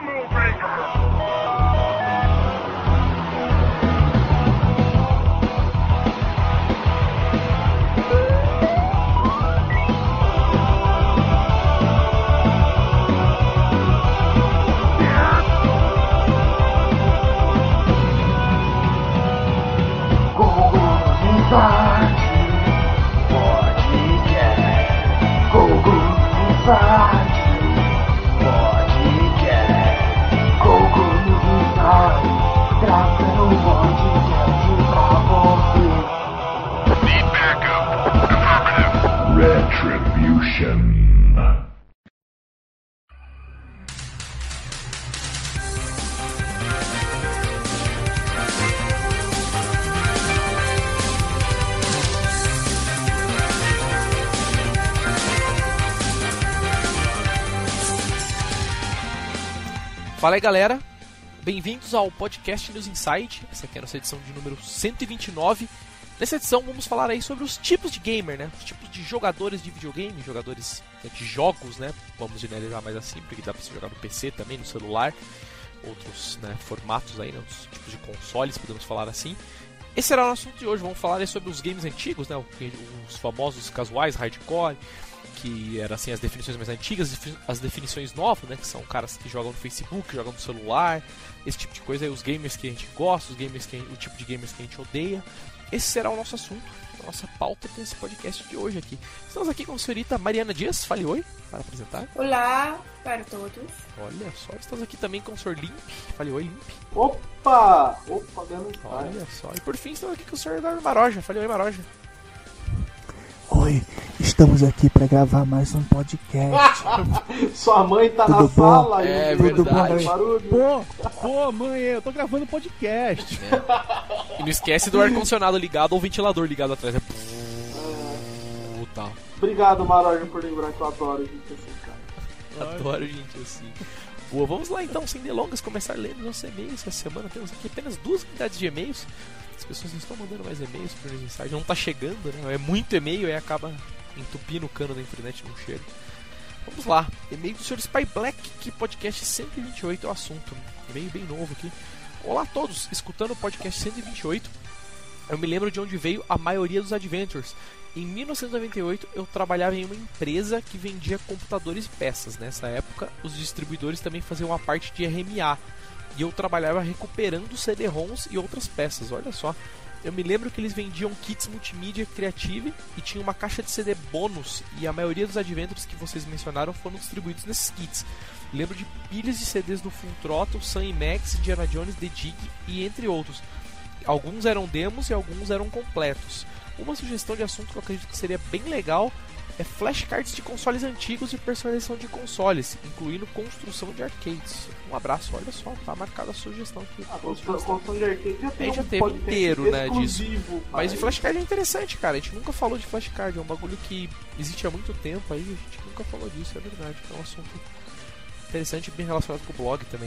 Fala aí, galera, bem-vindos ao podcast News Insight. Essa aqui é a nossa edição de número 129. Nessa edição vamos falar aí sobre os tipos de gamer, né? Os tipos de jogadores de videogame, jogadores de jogos, né? Vamos generalizar mais assim, porque dá pra você jogar no PC também, no celular. Outros, né, formatos aí, né? Os tipos de consoles, podemos falar assim. Esse será o nosso assunto de hoje. Vamos falar aí sobre os games antigos, né? Os famosos casuais, hardcore, que eram assim as definições mais antigas, as definições novas, né, que são caras que jogam no Facebook, jogam no celular, esse tipo de coisa aí, os gamers que a gente gosta, o tipo de gamers que a gente odeia. Esse será o nosso assunto, a nossa pauta desse podcast de hoje aqui. Estamos aqui com a senhorita Mariana Dias, fale oi, para apresentar. Olá para todos. Olha só, estamos aqui também com o senhor Limp, fale oi, Limp. Opa, dando olha só, e por fim estamos aqui com o senhor Eduardo Maroja, fale oi, Maroja. Oi, estamos aqui para gravar mais um podcast. Sua mãe tá tudo na bom? sala aí. É verdade. Pô, mãe, eu tô gravando podcast. E não esquece do ar-condicionado ligado ou ventilador ligado atrás. Tá. Obrigado, Maroja, por lembrar que eu adoro gente assim, cara. Adoro gente assim. Boa, vamos lá então, sem delongas, começar lendo nossos e-mails. Essa semana temos aqui apenas 2 unidades de e-mails. As pessoas não estão mandando mais e-mails pro News Insight, não tá chegando, né? É muito e-mail e acaba entupindo o cano da internet, não chega. Vamos lá, e-mail do Sr. Spy Black, que podcast 128 é o assunto. E-mail bem novo aqui. Olá a todos, escutando o podcast 128, eu me lembro de onde veio a maioria dos Adventures. Em 1998 eu trabalhava em uma empresa que vendia computadores e peças. Nessa época os distribuidores também faziam uma parte de RMA. E eu trabalhava recuperando CD-ROMs e outras peças, olha só. Eu me lembro que eles vendiam kits multimídia Creative e tinha uma caixa de CD bônus. E a maioria dos Adventures que vocês mencionaram foram distribuídos nesses kits. Lembro de pilhas de CDs do Full Throttle, Sam & Max, Indiana Jones, The Dig e entre outros. Alguns eram demos e alguns eram completos. Uma sugestão de assunto que eu acredito que seria bem legal é flashcards de consoles antigos e personalização de consoles, incluindo construção de arcades. Um abraço, olha só, tá marcada a sugestão aqui. A construção de arcade já teve inteiro, né, disso. Mas pai. o flashcard é interessante, cara. A gente nunca falou de flashcard, é um bagulho que existe há muito tempo aí, a gente nunca falou disso, é verdade. É um assunto interessante e bem relacionado com o blog também.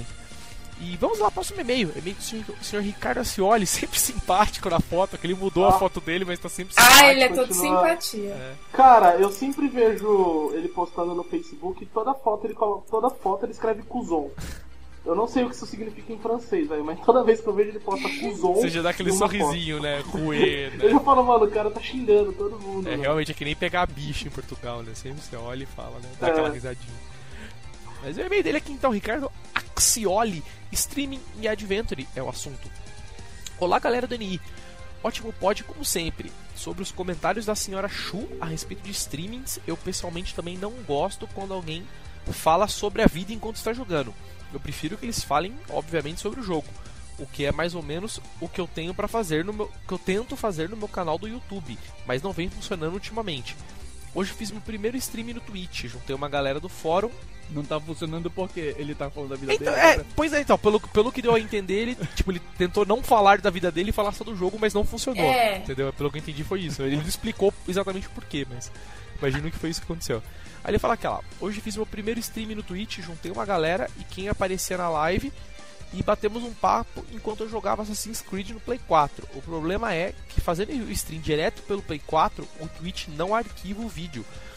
E vamos lá, próximo e-mail. E-mail do senhor Ricardo Ascioli, sempre simpático na foto, que ele mudou a foto dele, mas tá sempre simpático. Ah, ele é todo simpatia. É. Cara, eu sempre vejo ele postando no Facebook e toda foto ele escreve Cuzon. Eu não sei o que isso significa em francês, velho, mas toda vez que eu vejo ele posta Cuzon. Você já dá aquele sorrisinho, né? Ruê, né? Eu já falo, mano, o cara tá xingando todo mundo. É, realmente é que nem pegar bicho em Portugal, né? Sempre você olha e fala, né? Dá aquela risadinha. Mas o e-mail dele aqui então, Ricardo Axioli, Streaming e Adventure é o assunto. Olá, galera do NI. Ótimo pod, como sempre. Sobre os comentários da senhora Chu a respeito de streamings, eu pessoalmente também não gosto quando alguém fala sobre a vida enquanto está jogando. Eu prefiro que eles falem, obviamente, sobre o jogo, o que é mais ou menos o que eu tenho para fazer que eu tento fazer no meu canal do YouTube, mas não vem funcionando ultimamente. Hoje fiz meu primeiro stream no Twitch, juntei uma galera do fórum. Não tá funcionando porque ele tá falando da vida então, dele. Pois é, então, pelo que deu a entender, ele tentou não falar da vida dele e falar só do jogo, mas não funcionou. Entendeu? Pelo que eu entendi foi isso. Ele não explicou exatamente por quê, mas imagino que foi isso que aconteceu. Aí ele fala aqui, ó, hoje fiz meu primeiro stream no Twitch, juntei uma galera e quem aparecia na live e batemos um papo enquanto eu jogava Assassin's Creed no Play 4. O problema é que fazendo o stream direto pelo Play 4, o Twitch não arquiva o vídeo.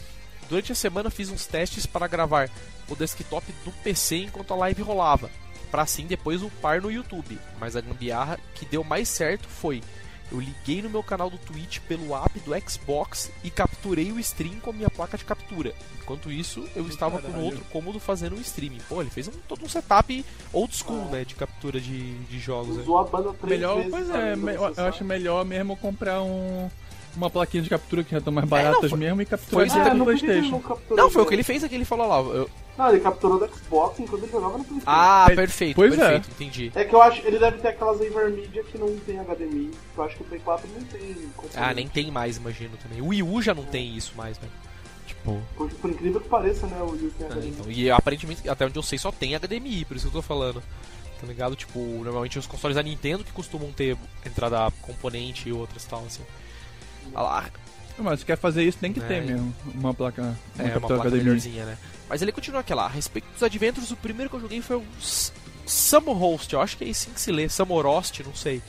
Durante a semana fiz uns testes para gravar o desktop do PC enquanto a live rolava, para assim depois upar no YouTube. Mas a gambiarra que deu mais certo foi: eu liguei no meu canal do Twitch pelo app do Xbox e capturei o stream com a minha placa de captura. Enquanto isso, eu estava com outro cômodo fazendo um streaming. Pô, ele fez todo um setup old school, né, de captura de jogos. Usou a banda 3 Melhor, vezes. pois também, eu acho melhor mesmo comprar uma plaquinha de captura que já estão mais baratas mesmo e capturar foi direto no por que ele PlayStation. não capturou Não, foi o dele? que ele fez aqui, ele falou lá. Não, ele capturou do Xbox enquanto ele jogava no PlayStation. Ah, perfeito, Pois perfeito, entendi. É que eu acho ele deve ter aquelas Avermedia que não tem HDMI. Eu acho que o Play 4 não tem. Ah, nem tem mais, imagino também. O Wii U já não tem isso mais, né? Tipo. Por incrível que pareça, né? O Wii U tem HDMI. Então, e aparentemente, até onde eu sei, só tem HDMI, por isso que eu tô falando. Tá ligado? Tipo, normalmente os consoles da Nintendo que costumam ter entrada componente e outras tal, assim. Olha lá. Mas se quer fazer isso, tem que ter mesmo uma placa, Uma captura placa HDMI. melhorzinha, né? Mas ele continua aqui lá. A respeito dos Adventures, o primeiro que eu joguei foi o Samorost. Eu acho que é assim que se lê. Samorost, não sei.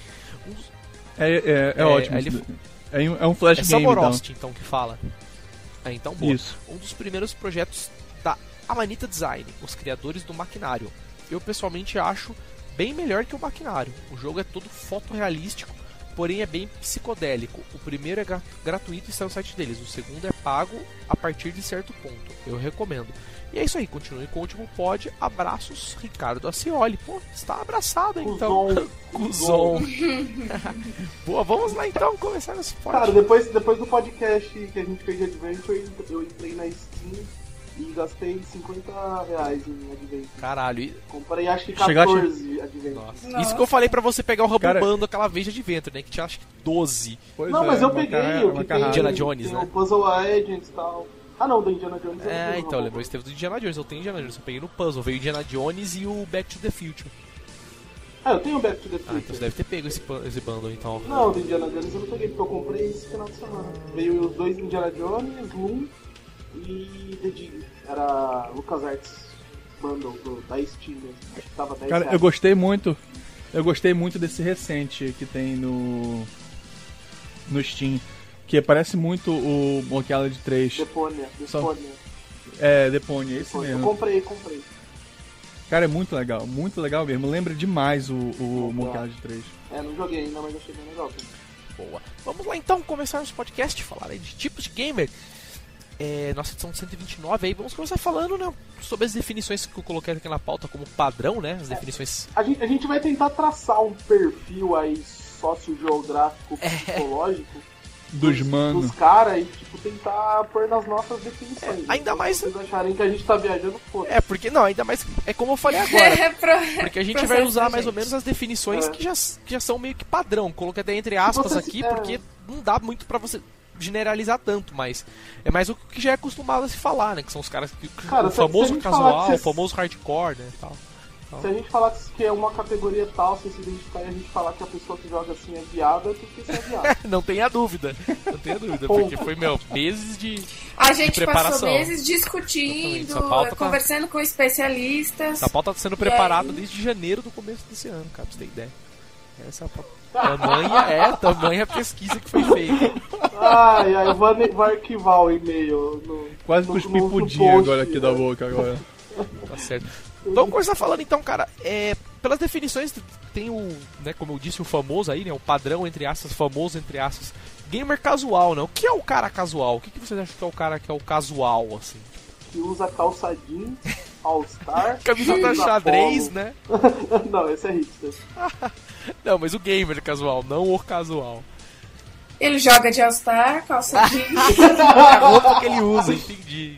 É ótimo. ele- É um flash É game, Samorost, então, que fala. Então, boa. Isso. Um dos primeiros projetos da Amanita Design, os criadores do Maquinário. Eu, pessoalmente, acho bem melhor que o Maquinário. O jogo é todo fotorrealístico, porém é bem psicodélico. O primeiro é gratuito e está no site deles. O segundo é pago a partir de certo ponto. Eu recomendo. E é isso aí, continue com o último pod. Abraços, Ricardo Acioli. Pô, está abraçado aí, então. Cuzon. Boa, vamos lá então começar esse pod. Cara, depois do podcast que a gente fez de Adventure, eu entrei na Steam e gastei R$50 em Adventure. Caralho, Comprei acho que Chegaste- 14 Adventure. nossa. Isso que eu falei pra você pegar o Rubble Cara- Bando aquela vez de Adventure, né? Que tinha acho que 12. Pois Não, é, mas eu uma peguei carrada- o uma que tem, carrada. Indiana Jones, tem né? o Puzzle Agents e tal. Ah não, do Indiana Jones eu não É, tenho, então, não. lembrou, teve do Indiana Jones. Eu tenho Indiana Jones, eu peguei no puzzle. Veio Indiana Jones e o Back to the Future. Ah, eu tenho o Back to the Ah, então Future. você deve ter pego esse bundle, então. Não, do Indiana Jones eu não peguei, porque eu comprei esse final de semana. Veio os dois Indiana Jones, Loom e The Dig. Era LucasArts Bundle da Steam mesmo. Acho que tava 10 Cara, reais. eu gostei muito desse recente que tem no Steam, que parece muito o Monkey Island 3. Deponia. Deponia, esse Eu mesmo. comprei. Cara, é muito legal mesmo. Lembra demais o Monkey Island 3. É, não joguei ainda, mas achei bem legal. Boa. Vamos lá então começar nosso podcast, falar aí de tipos de gamer. Nossa edição 129 aí, vamos começar falando, né, sobre as definições que eu coloquei aqui na pauta como padrão, né? As definições. A gente vai tentar traçar um perfil aí sociogeográfico, psicológico Dos manos. dos caras e tipo, tentar pôr nas nossas definições. ainda mais- Se vocês acharem que a gente tá viajando, foda. Porque não, ainda mais. É como eu falei agora. Porque a gente vai Processo usar da mais ou gente. menos as definições que já são meio que padrão. Coloquei até entre aspas você aqui, se- porque não dá muito pra você generalizar tanto, mas é mais o que já é acostumado a se falar, né? Que são os caras que. Cara, o se a famoso gente falar casual, que o famoso hardcore, né? Tal. Se a gente falar que é uma categoria tal, se se identificar e a gente falar que a pessoa que joga assim é viada, é porque você é viado. Não tenha dúvida. Não tenha dúvida, Ponto. porque foi, meses de. A gente preparação. passou meses Exatamente, discutindo, essa pauta tá- conversando com especialistas. Essa pauta tá sendo E preparada aí? desde janeiro do começo desse ano, cara, pra você ter ideia. Essa tamanha pesquisa que foi feita. Ai, vai arquivar o e-mail. Quase no cuspi pudim post, agora aqui da né? boca agora. Tá certo. Vamos começar falando então, cara. Pelas definições, tem o, né, como eu disse, o famoso aí, né? O padrão, entre aspas, famoso, entre aspas, gamer casual, né? O que é o cara casual? O que vocês acham que é o cara que é o casual, assim? Que usa calça jeans, All-Star, Camiseta usa xadrez, polo. né? Não, esse é hipster. Não, mas o gamer casual, não o casual. Ele joga de All-Star, calça jeans. A roupa que ele usa, entendi.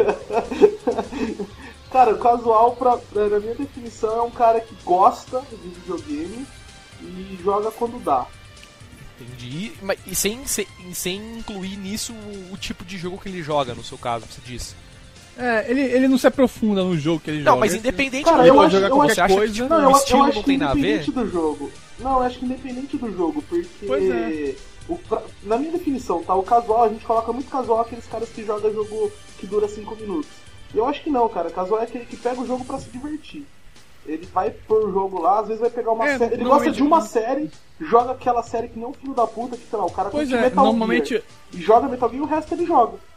Cara, o casual, na minha definição, é um cara que gosta de videogame e joga quando dá. Entendi. Mas, e sem incluir nisso o tipo de jogo que ele joga, no seu caso, você disse. Ele não se aprofunda no jogo que ele joga. Não, mas independente Cara, do eu jogo, acho- jogar eu qualquer você acha coisa. que tipo, Não, o eu estilo acho não que tem nada a ver? independente do jogo. Não, eu acho que independente do jogo, porque Pois é. na minha definição, tá? O casual, a gente coloca muito casual aqueles caras que jogam jogo que dura 5 minutos. E eu acho que não, cara. Casual é aquele que pega o jogo pra se divertir. Ele vai pôr o jogo lá, às vezes vai pegar uma série. Ele gosta de uma série, joga aquela série que nem um filho da puta, que sei lá, o cara Pois curte é, Metal normalmente. Gear, e joga Metal Gear e o resto ele joga.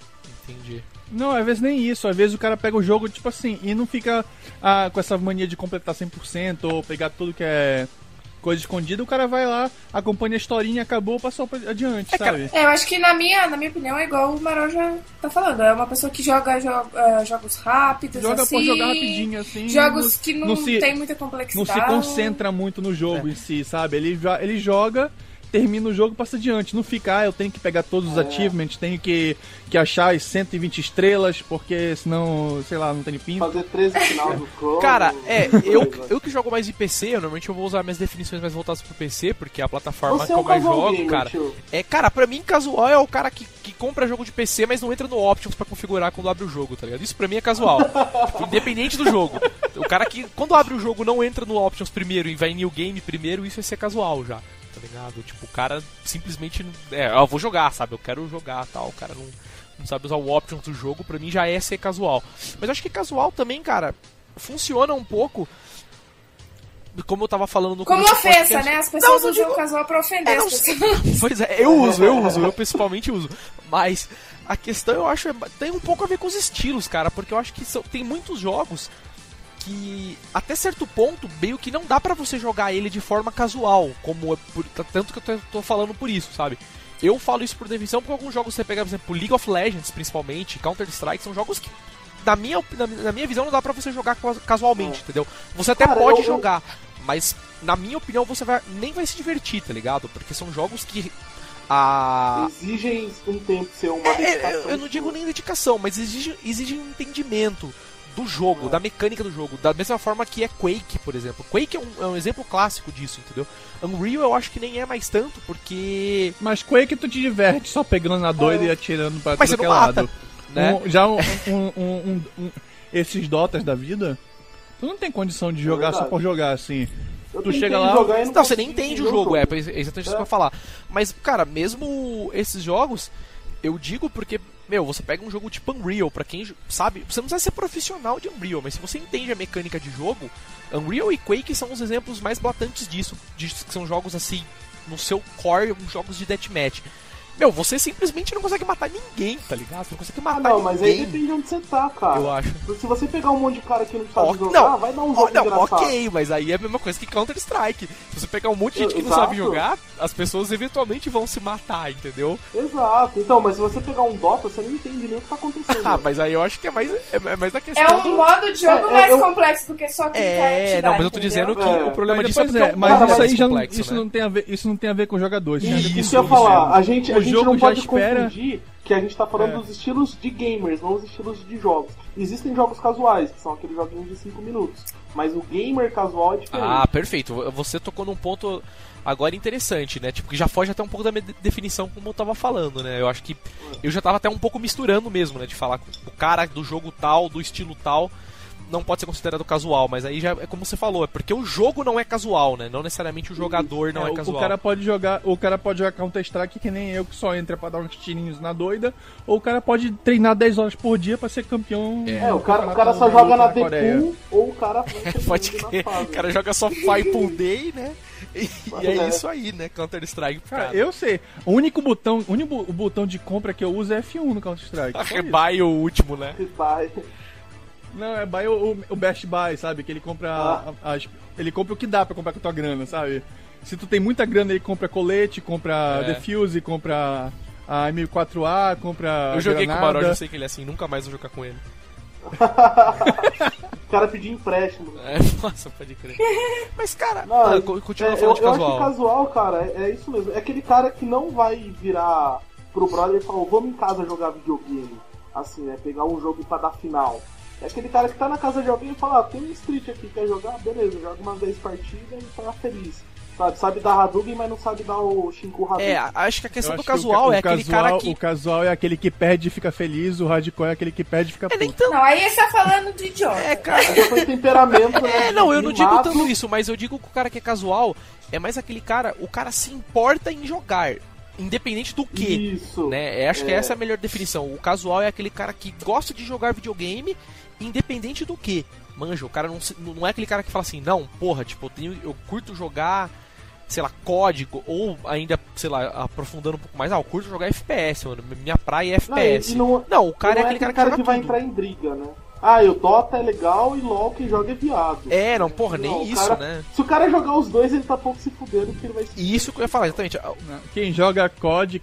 Entendi. Não, às vezes nem isso. Às vezes o cara pega o jogo, tipo assim, e não fica com essa mania de completar 100% ou pegar tudo que é coisa escondida. O cara vai lá, acompanha a historinha, acabou, passou adiante, sabe? Eu acho que na minha opinião é igual o Marão já tá falando. É uma pessoa que joga jogos rápidos, Joga assim. por jogar rapidinho, assim. Jogos que não tem muita complexidade. Não se concentra muito no jogo em si, sabe? Ele joga, termina o jogo e passa adiante. Não fica, eu tenho que pegar todos os achievements, tenho que achar as 120 estrelas, porque senão, sei lá, não tem pinto. Fazer 13 final do jogo. Cara, eu que jogo mais de PC, normalmente eu vou usar minhas definições mais voltadas pro PC, porque é a plataforma que eu mais jogo, cara. Cara, pra mim, casual é o cara que compra jogo de PC, mas não entra no Options pra configurar quando abre o jogo, tá ligado? Isso pra mim é casual. Independente do jogo. O cara que, quando abre o jogo, não entra no Options primeiro e vai em New Game primeiro, isso é ser casual já. Tá ligado? Tipo, o cara simplesmente eu vou jogar, sabe? Eu quero jogar, tal. O cara não sabe usar o options do jogo, pra mim já é ser casual. Mas eu acho que casual também, cara, funciona um pouco como eu tava falando no começo. Como ofensa, né? As pessoas usam casual pra ofender as pessoas. Pois é, eu principalmente uso. Mas a questão, eu acho, tem um pouco a ver com os estilos, cara, porque eu acho que tem muitos jogos que até certo ponto meio que não dá pra você jogar ele de forma casual, como tanto que eu tô falando por isso, sabe? Eu falo isso por definição porque alguns jogos você pega, por exemplo, League of Legends principalmente, Counter-Strike, são jogos que na minha visão não dá pra você jogar casualmente, entendeu? Você até pode jogar, mas na minha opinião você nem vai se divertir, tá ligado? Porque são jogos que exigem um tempo, ser uma dedicação. Eu não digo nem dedicação, mas exigem um entendimento do jogo, da mecânica do jogo, da mesma forma que é Quake, por exemplo. Quake é um exemplo clássico disso, entendeu? Unreal eu acho que nem é mais tanto, porque... Mas Quake tu te diverte só pegando na doida e atirando pra todo lado. Né? Esses Dotas da vida, tu não tem condição de jogar só por jogar, assim. Tu chega lá... Não, você nem entende o jogo, é exatamente isso que eu ia falar. Mas, cara, mesmo esses jogos, eu digo porque... você pega um jogo tipo Unreal, pra quem sabe, você não precisa ser profissional de Unreal, mas se você entende a mecânica de jogo, Unreal e Quake são os exemplos mais blatantes disso, que são jogos assim, no seu core, jogos de deathmatch. Você simplesmente não consegue matar ninguém, tá ligado? Você não consegue matar ninguém. Mas aí depende de onde você tá, cara. Eu acho. Se você pegar um monte de cara que não sabe jogar, vai dar um jogo engraçado. Ok, mas aí é a mesma coisa que Counter-Strike. Se você pegar um monte de gente que não sabe jogar, as pessoas eventualmente vão se matar, entendeu? Exato. Então, mas se você pegar um Dota, você não entende nem o que tá acontecendo. Mas aí eu acho que é mais da questão. É um modo de jogo mais complexo do que só clicar mas eu tô dizendo que o problema disso mas isso aí já isso não tem a ver com jogadores. Isso eu ia falar. A gente não pode confundir que a gente tá falando dos estilos de gamers, não os estilos de jogos. Existem jogos casuais, que são aqueles joguinhos de 5 minutos. Mas o gamer casual é diferente. Perfeito. Você tocou num ponto agora interessante, né? Tipo, que já foge até um pouco da minha definição como eu tava falando, né? Eu acho que eu já tava até um pouco misturando mesmo, né? De falar o cara do jogo tal, do estilo tal, não pode ser considerado casual, mas aí já é como você falou, é porque o jogo não é casual, né? Não necessariamente o jogador não é casual. O cara pode jogar Counter-Strike que nem eu, que só entra pra dar uns tirinhos na doida, ou o cara pode treinar 10 horas por dia pra ser campeão. O cara só joga na Deadpool, ou o cara pode crer. O cara joga só Firepool Day, né? E é isso aí, né? Counter-Strike. Cara, eu sei. O único botão de compra que eu uso é F1 no Counter-Strike. Rebuy o último, né? Rebuy. Não, é buy o Best Buy, sabe? Que ele compra ele compra o que dá pra comprar com a tua grana, sabe? Se tu tem muita grana, ele compra colete, compra defuse, compra a M4A, compra eu joguei granada. Com o Baró, eu sei que ele é assim, nunca mais vou jogar com ele. O cara pediu empréstimo. Nossa, pode crer. Mas, cara, continua falando de casual. Eu acho que casual, cara, é isso mesmo. É aquele cara que não vai virar pro brother e falar, vamos em casa jogar videogame. Assim, né? Pegar um jogo pra dar final. É aquele cara que tá na casa de alguém e fala, tem um Street aqui, quer jogar? Beleza, joga umas 10 partidas e tá feliz. Sabe dar Hadouken, mas não sabe dar o Shinku Hadouken. Acho que a questão do casual é aquele cara que... O casual é aquele que perde e fica feliz, o hardcore é aquele que perde e fica puto. Não, aí você tá falando de idiota. Cara. Já foi temperamento, né? Não, eu não digo tanto isso, mas eu digo que o cara que é casual é mais aquele cara, o cara se importa em jogar. Independente do que. Isso. Né? Acho que essa é a melhor definição. O casual é aquele cara que gosta de jogar videogame, independente do que. Manja, o cara não é aquele cara que fala assim, não, porra, tipo, eu curto jogar sei lá, código, ou ainda, sei lá, aprofundando um pouco mais, eu curto jogar FPS, mano, minha praia é FPS. Não, o cara é aquele cara que vai entrar em briga, né? O Dota é legal e LoL quem joga é viado. Não, porra, nem isso, né? Se o cara jogar os dois, ele tá pouco se fudendo, porque ele vai se... Isso que eu ia falar, exatamente. Quem joga COD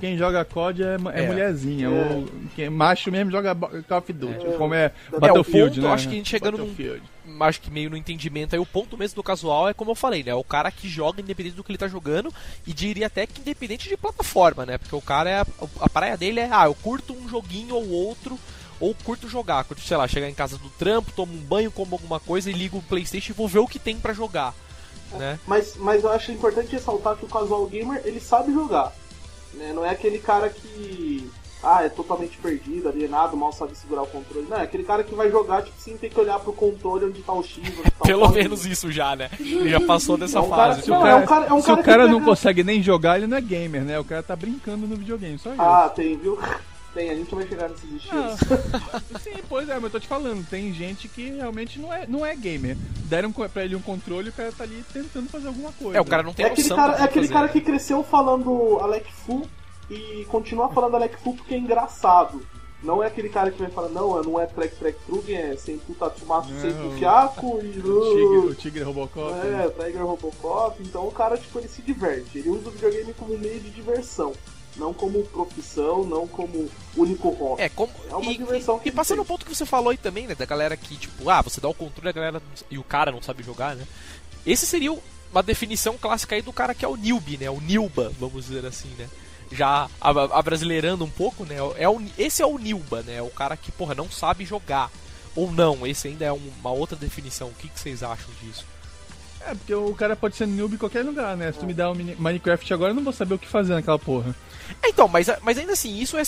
é mulherzinha. Quem macho mesmo joga Call of Duty, como é Battlefield, né? Acho que a gente chegando acho que meio no entendimento aí, o ponto mesmo do casual é como eu falei, né? O cara que joga independente do que ele tá jogando, e diria até que independente de plataforma, né? Porque o cara a praia dele é, eu curto um joguinho ou outro, ou curto jogar, curto, sei lá, chegar em casa do trampo, tomo um banho, como alguma coisa e ligo o PlayStation e vou ver o que tem pra jogar, né? Mas eu acho importante ressaltar que o casual gamer, ele sabe jogar, né? Não é aquele cara que é totalmente perdido, alienado, mal sabe segurar o controle. Não, é aquele cara que vai jogar, tipo, sem ter que olhar pro controle onde tá o X, onde tá Pelo menos isso já, né? Ele já passou dessa fase. Se o cara não consegue nem jogar, ele não é gamer, né? O cara tá brincando no videogame, só isso. Tem, viu? A gente vai chegar nesses estilos. Sim, pois é, mas eu tô te falando, tem gente que realmente não é gamer. Deram pra ele um controle e o cara tá ali tentando fazer alguma coisa. O cara não tem noção. É aquele cara que cresceu falando Alec Fu e continua falando Alec Fu porque é engraçado. Não é aquele cara que vai falar, não é Trek Trugen, é sem Tatsumatsu, sem Fiaco e... O Tigre Robocop. O Tiger Robocop. Então o cara, tipo, ele se diverte. Ele usa o videogame como meio de diversão. Não como profissão, não como único hobby. É uma diversão que. E passando no ponto que você falou aí também, né? Da galera que, tipo, você dá o controle e o cara não sabe jogar, né? Esse seria uma definição clássica aí do cara que é o newbie, né? O newba, vamos dizer assim, né? Já abrasileirando um pouco, né? Esse é o newba, né? O cara que, porra, não sabe jogar. Ou não, esse ainda é uma outra definição. O que vocês acham disso? Porque o cara pode ser noob em qualquer lugar, né? Se tu me dá um Minecraft agora, eu não vou saber o que fazer naquela porra. Então, mas ainda assim, isso é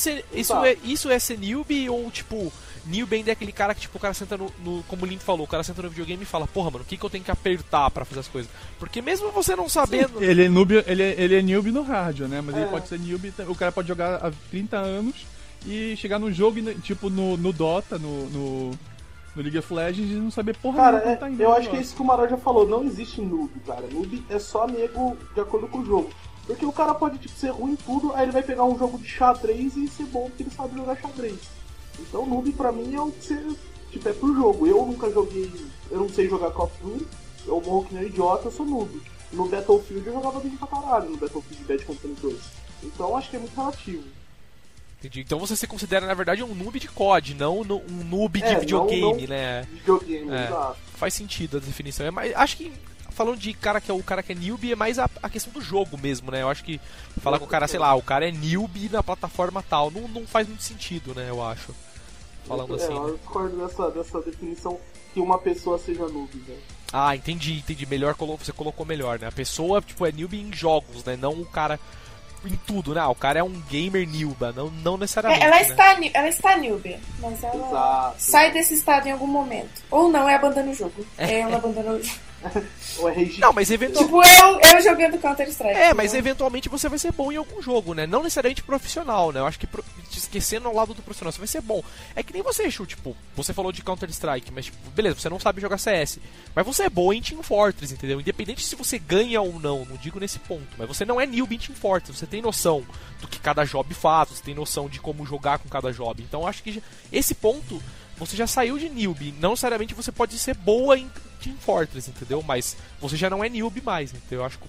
ser newbie ou, tipo, newbie ainda é aquele cara que, tipo, o cara senta no como o Link falou, o cara senta no videogame e fala, porra, mano, o que eu tenho que apertar pra fazer as coisas? Porque mesmo você não sabendo... Sim, ele é noob no rádio, né? Mas ele pode ser newbie, o cara pode jogar há 30 anos e chegar no jogo, tipo, no Dota, no League of Legends e não saber porra nenhuma tá indo. Eu acho que é isso que o Maró já falou, não existe noob, cara. Noob é só nego de acordo com o jogo. Porque o cara pode, tipo, ser ruim em tudo, aí ele vai pegar um jogo de xadrez e ser bom porque ele sabe jogar xadrez. Então noob pra mim é o que você, tipo, é pro jogo. Eu nunca joguei, eu não sei jogar Call of Duty, eu morro que nem um idiota, eu sou noob. No Battlefield eu jogava bem pra caralho, no Battlefield Bad Company 2. Então acho que é muito relativo. Entendi. Então você se considera, na verdade, um noob de COD, não um noob de videogame, né? Videogame, exato. Faz sentido a definição. Mas acho que, falando de cara que é newbie, é mais a questão do jogo mesmo, né? Eu acho que falar com o cara, sei lá, o cara é newbie na plataforma tal, não faz muito sentido, né? Eu acho. Falando assim. Eu discordo dessa definição que uma pessoa seja noob, né? Entendi. Melhor, você colocou melhor, né? A pessoa, tipo, é newbie em jogos, né? Não o cara... em tudo, né? O cara é um gamer newba, não necessariamente. Ela está newbie, mas ela sai desse estado em algum momento. Ou não, abandona o jogo. Ela abandona o jogo. Não, mas eventualmente... Tipo, eu jogando Counter-Strike. Mas eventualmente você vai ser bom em algum jogo, né? Não necessariamente profissional, né? Eu acho que esquecendo ao lado do profissional, você vai ser bom. É que nem você, Chu, tipo, você falou de Counter-Strike, mas, tipo, beleza, você não sabe jogar CS. Mas você é bom em Team Fortress, entendeu? Independente se você ganha ou não digo nesse ponto. Mas você não é newbie em Team Fortress, você tem noção do que cada job faz, você tem noção de como jogar com cada job. Então eu acho que esse ponto... você já saiu de newbie. Não necessariamente você pode ser boa em Team Fortress, entendeu? Mas você já não é newbie mais, entendeu? Eu acho que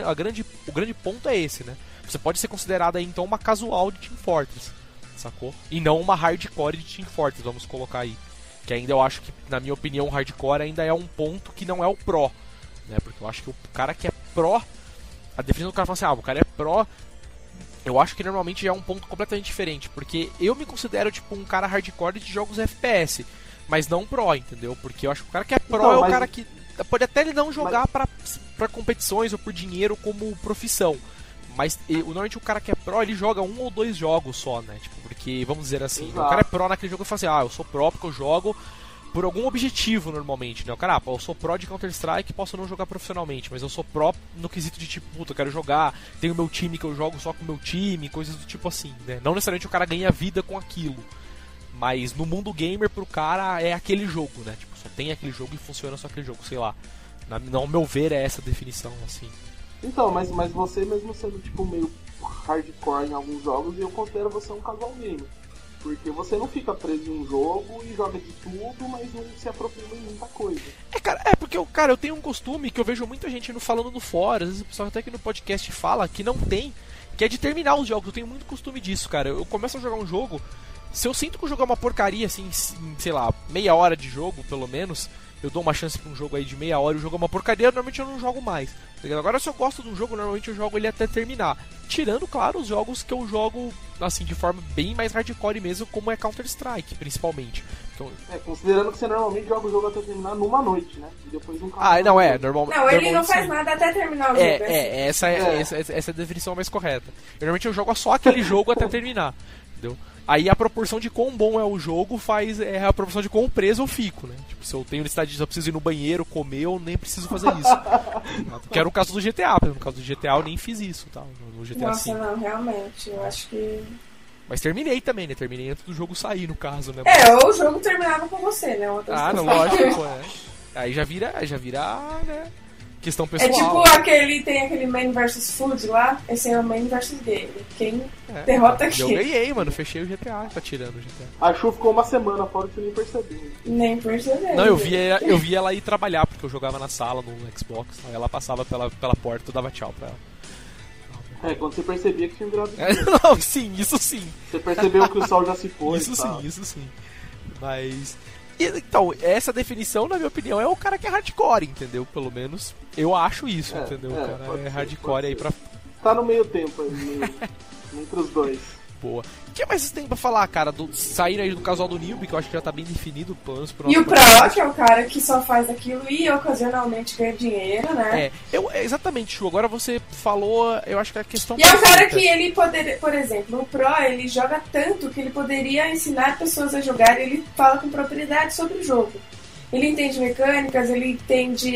o grande ponto é esse, né? Você pode ser considerada aí, então, uma casual de Team Fortress, sacou? E não uma hardcore de Team Fortress, vamos colocar aí. Que ainda eu acho que, na minha opinião, o hardcore ainda é um ponto que não é o pro, né? Porque eu acho que o cara que é pro... a definição do cara fala assim, o cara é pro... eu acho que normalmente já é um ponto completamente diferente, porque eu me considero tipo um cara hardcore de jogos FPS, mas não pro, entendeu? Porque eu acho que o cara que é pro é o cara que pode até ele não jogar pra competições ou por dinheiro como profissão, mas normalmente o cara que é pro, ele joga 1 ou 2 jogos só, né? Tipo, porque, vamos dizer assim, o cara é pro naquele jogo e fala assim, eu sou pro porque eu jogo por algum objetivo normalmente, né? O cara, eu sou pro de Counter-Strike, posso não jogar profissionalmente, mas eu sou pro no quesito de tipo, puta, eu quero jogar, tenho meu time que eu jogo só com o meu time, coisas do tipo assim, né? Não necessariamente o cara ganha vida com aquilo, mas no mundo gamer pro cara é aquele jogo, né? Tipo, só tem aquele jogo e funciona só aquele jogo, sei lá. Ao meu ver é essa a definição, assim. Então, mas você mesmo sendo tipo meio hardcore em alguns jogos, eu considero você um casual gamer. Porque você não fica preso em um jogo e joga de tudo, mas não se aprofunda em muita coisa. Porque eu tenho um costume que eu vejo muita gente falando no fórum, às vezes o pessoal até aqui no podcast fala que não tem, que é de terminar os jogos. Eu tenho muito costume disso, cara. Eu começo a jogar um jogo, se eu sinto que o jogo é uma porcaria, assim, sei lá, meia hora de jogo, pelo menos, eu dou uma chance pra um jogo aí de meia hora e o jogo é uma porcaria, normalmente eu não jogo mais. Agora, se eu gosto de um jogo, normalmente eu jogo ele até terminar. Tirando, claro, os jogos que eu jogo, assim, de forma bem mais hardcore mesmo, como é Counter-Strike, principalmente. Então... considerando que você normalmente joga o jogo até terminar numa noite, né? E depois um normalmente... Não, ele não faz nada até terminar o jogo. Essa é a definição mais correta. Normalmente eu jogo só aquele jogo até terminar, entendeu? Aí a proporção de quão bom é o jogo é a proporção de quão preso eu fico, né? Tipo, se eu tenho necessidade de eu preciso ir no banheiro, comer, eu nem preciso fazer isso. Que era o caso do GTA, no caso do GTA eu nem fiz isso, tá? No GTA Nossa, V. não, realmente, eu acho que... Mas terminei também, né? Terminei antes do jogo sair, no caso, né? Ou o jogo terminava com você, né? Não, lógico, Aí já vira, né? Questão pessoal. É tipo tem aquele Main vs Food lá, esse é o Main vs Game. Quem derrota aqui? Eu ganhei, mano, fechei o GTA, tá tirando o GTA. A Chu ficou uma semana fora e você nem percebeu. Nem percebeu. Não, eu vi ela ir trabalhar, porque eu jogava na sala, no Xbox, aí ela passava pela porta e eu dava tchau pra ela. Quando você percebia que tinha virado. Não, sim, isso sim. Você percebeu que o sol já se foi. Isso sim. Mas... Então, essa definição, na minha opinião, é o cara que é hardcore, entendeu? Pelo menos eu acho isso, entendeu? O cara é hardcore aí pra... Tá no meio tempo aí, entre os dois. Boa. O que mais vocês têm pra falar, cara? Saindo aí do casual do Newbie, que eu acho que já tá bem definido, pelo menos pro nosso E o Pro, que é o cara que só faz aquilo e ocasionalmente ganha dinheiro, né? Exatamente, Chu. Agora você falou, eu acho que a questão... E é um cara que ele poderia, por exemplo, o Pro, ele joga tanto que ele poderia ensinar pessoas a jogar e ele fala com propriedade sobre o jogo. Ele entende mecânicas, ele entende,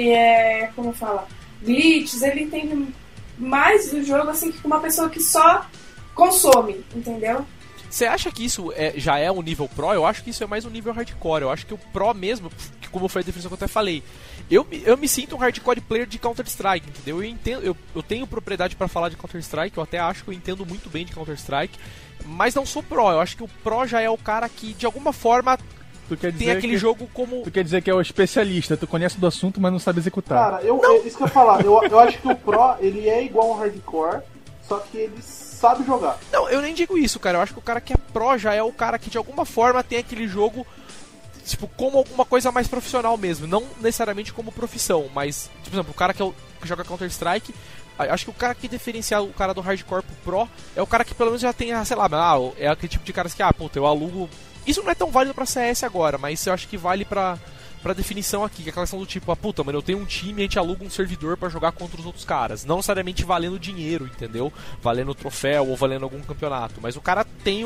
glitches, ele entende mais do jogo, assim, que uma pessoa que só consome, entendeu? Você acha que isso já é um nível Pro? Eu acho que isso é mais um nível hardcore. Eu acho que o Pro mesmo, que como foi a definição que eu até falei, eu me sinto um hardcore player de Counter-Strike, entendeu? Eu tenho propriedade pra falar de Counter-Strike, eu até acho que eu entendo muito bem de Counter-Strike, mas não sou Pro. Eu acho que o Pro já é o cara que, de alguma forma, tem aquele jogo como... Tu quer dizer que é o especialista, tu conhece do assunto, mas não sabe executar. Cara, isso que eu ia falar, eu acho que o Pro, ele é igual ao hardcore, só que ele sabe jogar. Não, eu nem digo isso, cara. Eu acho que o cara que é Pro já é o cara que de alguma forma tem aquele jogo, tipo, como alguma coisa mais profissional mesmo. Não necessariamente como profissão, mas, tipo, por exemplo, o cara que joga Counter-Strike, acho que o cara que diferencia o cara do hardcore pro Pro é o cara que pelo menos já tem, sei lá, é aquele tipo de caras que, eu alugo... Isso não é tão válido pra CS agora, mas eu acho que vale pra definição aqui, que é aquela questão do tipo, mano, eu tenho um time e a gente aluga um servidor pra jogar contra os outros caras. Não necessariamente valendo dinheiro, entendeu? Valendo troféu ou valendo algum campeonato. Mas o cara tem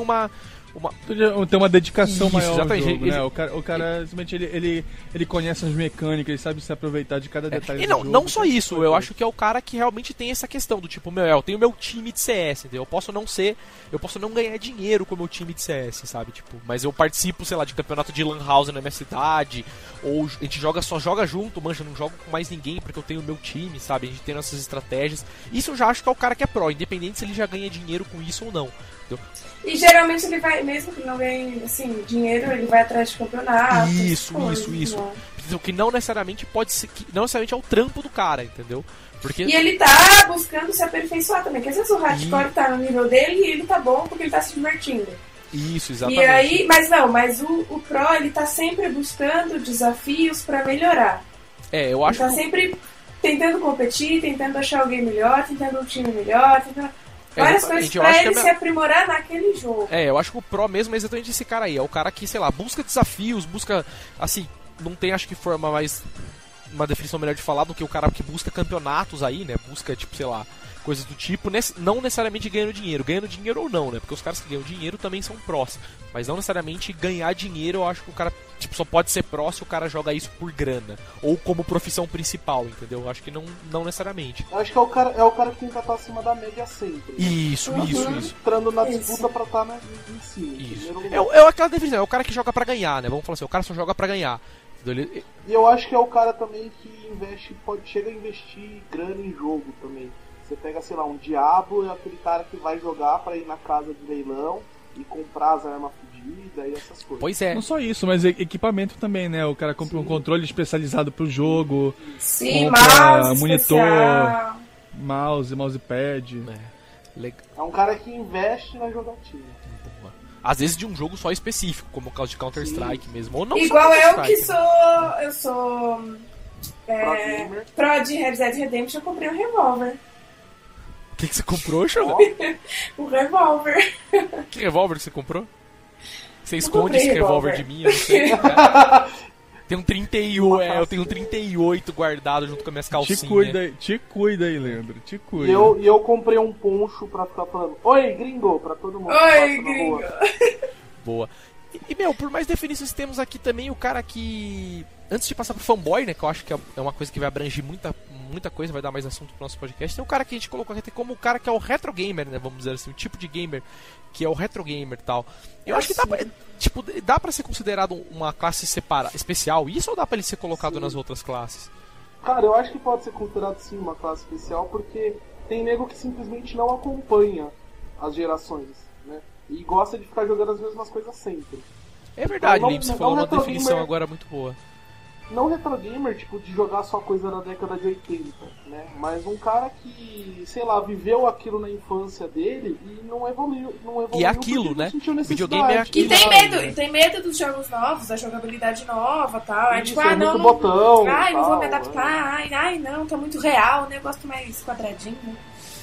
tem uma dedicação maior exatamente. Ao jogo, né? O cara simplesmente ele conhece as mecânicas, ele sabe se aproveitar de cada detalhe e do jogo. Não só isso, eu acho que é o cara que realmente tem essa questão do tipo, eu tenho meu time de CS, entendeu? Eu posso não ganhar dinheiro com o meu time de CS, sabe? Tipo, mas eu participo, sei lá, de campeonato de Lan House na minha cidade, ou a gente só joga junto, não jogo com mais ninguém porque eu tenho o meu time, sabe? A gente tem nossas estratégias. Isso eu já acho que é o cara que é Pro, independente se ele já ganha dinheiro com isso ou não. Entendeu? E geralmente ele vai, mesmo que não ganhe assim, dinheiro, ele vai atrás de campeonato. Isso. Né? O que não necessariamente pode ser, que não necessariamente é o trampo do cara, entendeu? Porque... E ele tá buscando se aperfeiçoar também, porque às vezes o hardcore tá no nível dele e ele tá bom porque ele tá se divertindo. Isso, exatamente. E aí, mas o Pro, ele tá sempre buscando desafios pra melhorar. Eu acho ele tá sempre tentando competir, tentando achar alguém melhor, tentando um time melhor, várias coisas pra ele se aprimorar naquele jogo. Eu acho que o Pro mesmo é exatamente esse cara aí. É o cara que, sei lá, busca desafios, busca, assim, não tem, acho que forma mais... uma definição melhor de falar do que o cara que busca campeonatos aí, né? Busca, tipo, sei lá, coisas do tipo, não necessariamente ganhando dinheiro ou não, né? Porque os caras que ganham dinheiro também são prós, mas não necessariamente ganhar dinheiro. Eu acho que o cara, tipo, só pode ser pró se o cara joga isso por grana, ou como profissão principal, entendeu? Eu acho que não necessariamente. Eu acho que é o cara que tem que estar acima da média sempre. Isso. Entrando na disputa pra estar em cima. Isso. É aquela definição, é o cara que joga pra ganhar, né? Vamos falar assim, o cara só joga pra ganhar. rápido. E eu acho que é o cara também que chega a investir grana em jogo também. Você pega, sei lá, um Diablo, é aquele cara que vai jogar pra ir na casa de leilão e comprar as armas fodidas e essas coisas. Pois é. Não só isso, mas equipamento também, né? O cara compra um controle especializado pro jogo. Sim, compra mouse monitor, especial. mousepad. É um cara que investe na jogatina. Às vezes de um jogo só específico, como o caso de Counter-Strike mesmo. Ou não Igual só eu Counter-Strike, que né? eu sou pro de Red Dead Redemption, eu comprei um revólver. O que você comprou, Xô? Um revólver. Que revólver que você comprou? Você Eu esconde comprei esse revólver revólver. de mim? Eu não sei. Cara. Tem um 38, eu tenho um 38 guardado junto com as minhas calcinhas. Te cuida aí, Leandro. Te cuida. E eu comprei um poncho pra ficar falando "Oi, gringo", pra todo mundo. que Oi, passa na gringo. rua. Boa. E, meu, por mais definições temos aqui também o cara que... Antes de passar pro fanboy, né, que eu acho que é uma coisa que vai abranger muita coisa, vai dar mais assunto pro nosso podcast. Tem o cara que a gente colocou aqui como o cara que é o retro gamer, né, vamos dizer assim, o tipo de gamer que é o retro gamer e tal. Eu acho que dá pra ser considerado uma classe especial isso, ou dá pra ele ser colocado nas outras classes? Cara, eu acho que pode ser considerado sim uma classe especial, porque tem nego que simplesmente não acompanha as gerações, né? E gosta de ficar jogando as mesmas coisas sempre. É verdade, Não, Limp, você não falou uma retro definição gamer. agora muito boa. Não retro gamer, tipo, de jogar só coisa da década de 80, né? Mas um cara que, sei lá, viveu aquilo na infância dele e não evoluiu E é aquilo, porque né? não sentiu necessidade. Videogame é aquilo. E tem medo dos jogos novos, da jogabilidade nova e tal. É Isso, tipo, é não, muito não, botão, não vou tal, me adaptar, ai, não, tá muito real, né? Eu gosto mais quadradinho, né?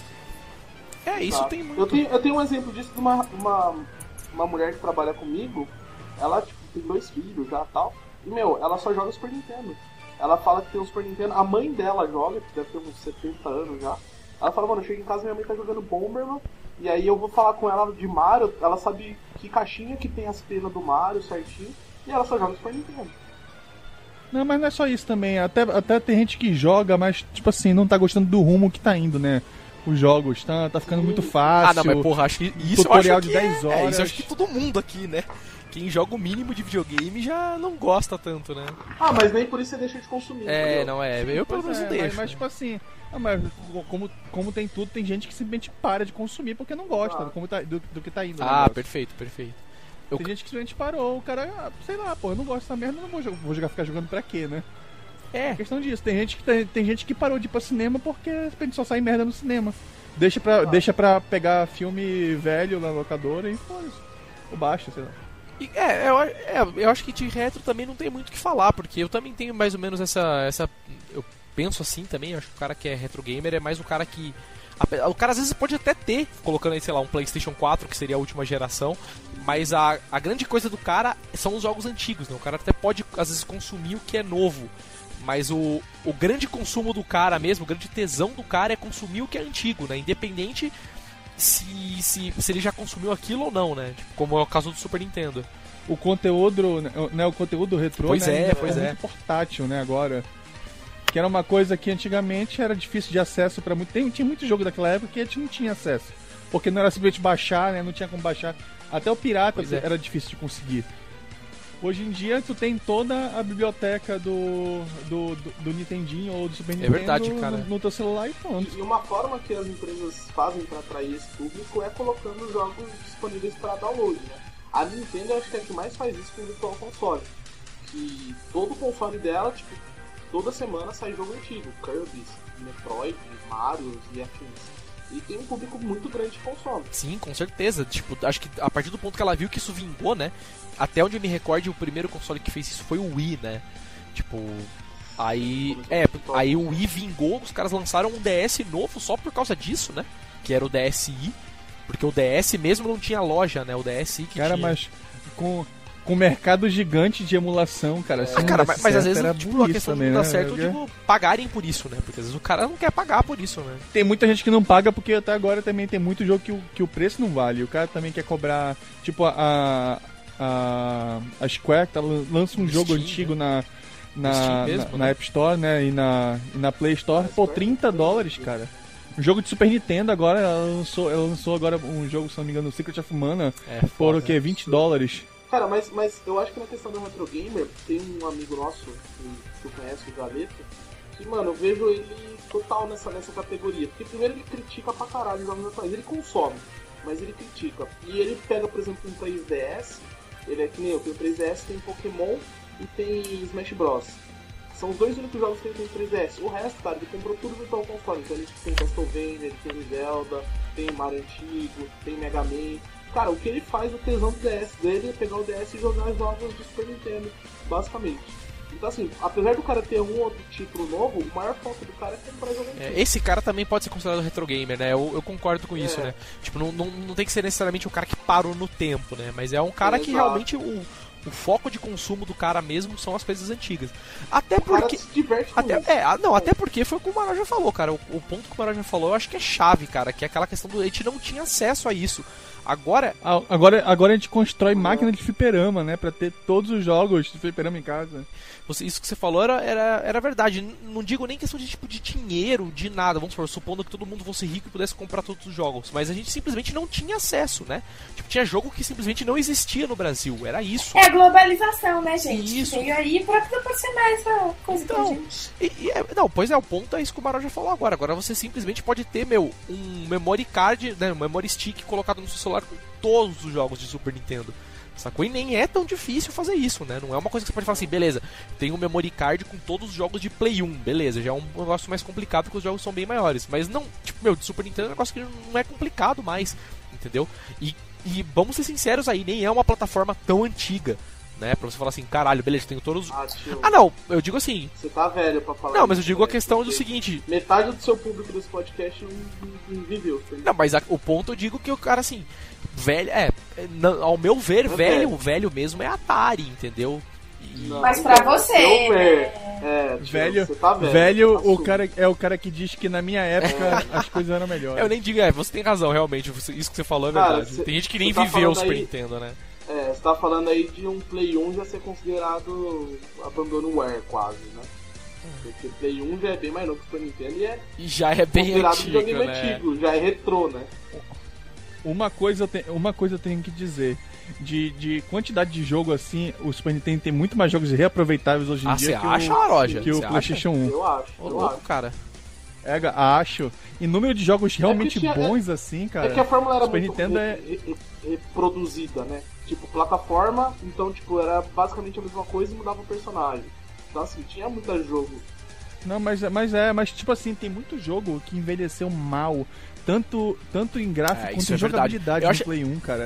É, isso Tá. tem muito. Eu tenho um exemplo disso de uma mulher que trabalha comigo. Ela, tipo, tem 2 filhos já e tal. E, meu, ela só joga Super Nintendo. Ela fala que tem um Super Nintendo. A mãe dela joga, que deve ter uns 70 anos já. Ela fala, mano, eu chego em casa e minha mãe tá jogando Bomberman. E aí eu vou falar com ela de Mario. Ela sabe que caixinha que tem as penas do Mario certinho. E ela só joga Super Nintendo. Não, mas não é só isso também. Até tem gente que joga, mas, tipo assim, não tá gostando do rumo que tá indo, né? Os jogos, tá ficando muito fácil. Ah, não, mas porra, acho que isso tutorial eu acho de que 10 horas. isso eu acho que todo mundo aqui, né? Quem joga o mínimo de videogame já não gosta tanto, né? Ah, mas nem por isso você deixa de consumir. É, entendeu? não é. Eu pelo menos não deixo. Mas tipo assim, mas como tem tudo, tem gente que simplesmente para de consumir porque não gosta do que tá indo. o Ah, negócio. perfeito. Tem gente que simplesmente parou, o cara, sei lá, pô, eu não gosto dessa merda, não vou ficar jogando pra quê, né? É questão disso. Tem gente que parou de ir pra cinema porque só sai merda no cinema. Deixa pra pegar filme velho na locadora e foda-se. Ou baixa, sei lá. Eu acho que de retro também não tem muito o que falar, porque eu também tenho mais ou menos essa eu penso assim também, acho que o cara que é retro gamer é mais o cara que... O cara às vezes pode até ter, colocando aí, sei lá, um PlayStation 4, que seria a última geração, mas a grande coisa do cara são os jogos antigos, né? O cara até pode, às vezes, consumir o que é novo, mas o grande consumo do cara mesmo, o grande tesão do cara é consumir o que é antigo, né? Independente se ele já consumiu aquilo ou não, né? Tipo, como é o caso do Super Nintendo. O conteúdo, né, o conteúdo retrô, Pois né, é, pois é. muito portátil, né, agora. Que era uma coisa que antigamente era difícil de acesso pra muito. Tinha muito jogo daquela época que a gente não tinha acesso. Porque não era simplesmente baixar, né? Não tinha como baixar. Até o pirata era difícil de conseguir. Hoje em dia tu tem toda a biblioteca do Nintendinho ou do Super Nintendo verdade, cara. no teu celular e pronto. E uma forma que as empresas fazem para atrair esse público é colocando jogos disponíveis para download, né? A Nintendo acho que é a que mais faz isso com o Virtual Console. Que todo console dela, tipo, toda semana sai jogo antigo. Kirby, Metroid, Mario e afins. E tem um público muito grande que consome. Sim, com certeza. Tipo, acho que a partir do ponto que ela viu que isso vingou, né? Até onde eu me recorde, o primeiro console que fez isso foi o Wii, né? Tipo, aí o Wii vingou, os caras lançaram um DS novo só por causa disso, né? Que era o DSi, porque o DS mesmo não tinha loja, né? O DSi que cara, tinha. Mas com mercado gigante de emulação, cara. Cara, mas às vezes tipo, a questão também, não dá né? certo, tipo, pagarem por isso, né? Porque às vezes o cara não quer pagar por isso, né? Tem muita gente que não paga porque até agora também tem muito jogo que o preço não vale. O cara também quer cobrar, tipo, a Square que lança um jogo Steam, antigo né? na App Store, né? E na Play Store, pô, $30, cara. Um jogo de Super Nintendo agora, ela lançou agora um jogo, se não me engano, Secret of Mana, por o que? $20. Cara, mas eu acho que na questão do Retro Gamer, tem um amigo nosso, que tu conhece, o Galeto, que, mano, eu vejo ele total nessa categoria. Porque primeiro ele critica pra caralho os jogos atuais. Ele consome, mas ele critica. E ele pega, por exemplo, um 3DS, ele é que nem eu, tem o 3DS, tem Pokémon e tem Smash Bros. São os dois únicos jogos que ele tem no 3DS. O resto, cara, ele comprou tudo virtual console. Então ele tem Castlevania, ele tem Zelda, tem Mario Antigo, tem Mega Man. Cara, o que ele faz, o tesão do DS dele é pegar o DS e jogar jogos de Super Nintendo, basicamente. Então assim, apesar do cara ter um outro título novo, o maior foco do cara é comprar jogo antigo. Esse cara também pode ser considerado retro gamer, né? Eu concordo com isso, né? Tipo, não tem que ser necessariamente o cara que parou no tempo, né? Mas é um cara que realmente o foco de consumo do cara mesmo são as coisas antigas. Até porque. Se diverte com até porque foi o que o Maró já falou, cara. O ponto que o Maró já falou, eu acho que é chave, cara. Que é aquela questão do. A gente não tinha acesso a isso. Agora a gente constrói máquina de fliperama, né? Pra ter todos os jogos de fliperama em casa. Isso que você falou era verdade. Não digo nem questão de tipo de dinheiro, de nada. Vamos supor, supondo que todo mundo fosse rico e pudesse comprar todos os jogos. Mas a gente simplesmente não tinha acesso, né? Tipo, tinha jogo que simplesmente não existia no Brasil. Era isso. É a globalização, né, gente? Isso. Veio aí pra proporcionar essa coisa então, pra gente. Pois é, o ponto é isso que o Maró já falou agora. Agora você simplesmente pode ter, um memory card, né? Um memory stick colocado no seu celular com todos os jogos de Super Nintendo. Sacou? E nem é tão difícil fazer isso, né? Não é uma coisa que você pode falar assim, beleza, tem um memory card com todos os jogos de Play 1, beleza, já é um negócio mais complicado porque os jogos são bem maiores. Mas não, tipo, de Super Nintendo é um negócio que não é complicado mais, entendeu? E vamos ser sinceros aí, nem é uma plataforma tão antiga, né? Pra você falar assim, caralho, beleza, tenho todos... não, eu digo assim... Você tá velho pra falar. Não, mas eu digo a questão do seguinte... Metade do seu público desse podcast não viveu. Não, mas o ponto eu digo que o cara, assim... Velho, ao meu ver, velho mesmo é Atari, entendeu? Não, mas pra você, velho, você tá velho o cara é o cara que diz que na minha época as coisas eram melhores. Eu nem digo, você tem razão, realmente, isso que você falou é verdade. Tem gente que nem viveu o Super Nintendo, né? Você tá falando aí de um Play 1 já ser considerado abandonware quase, né? Porque o Play 1 já é bem mais novo que o Super Nintendo e já é bem antigo, né? Já é retrô, né? Uma coisa eu tenho que dizer. De quantidade de jogo assim, o Super Nintendo tem muito mais jogos reaproveitáveis hoje em dia que o PlayStation 1. Eu acho. Cara. Acho. E número de jogos realmente bons assim, cara. É que a fórmula era Super muito Nintendo reproduzida, né? Tipo, plataforma, então, tipo, era basicamente a mesma coisa e mudava o personagem. Então, assim, tinha muito jogo. Não, mas tipo assim, tem muito jogo que envelheceu mal. Tanto em gráfico quanto em jogabilidade no Play 1, cara.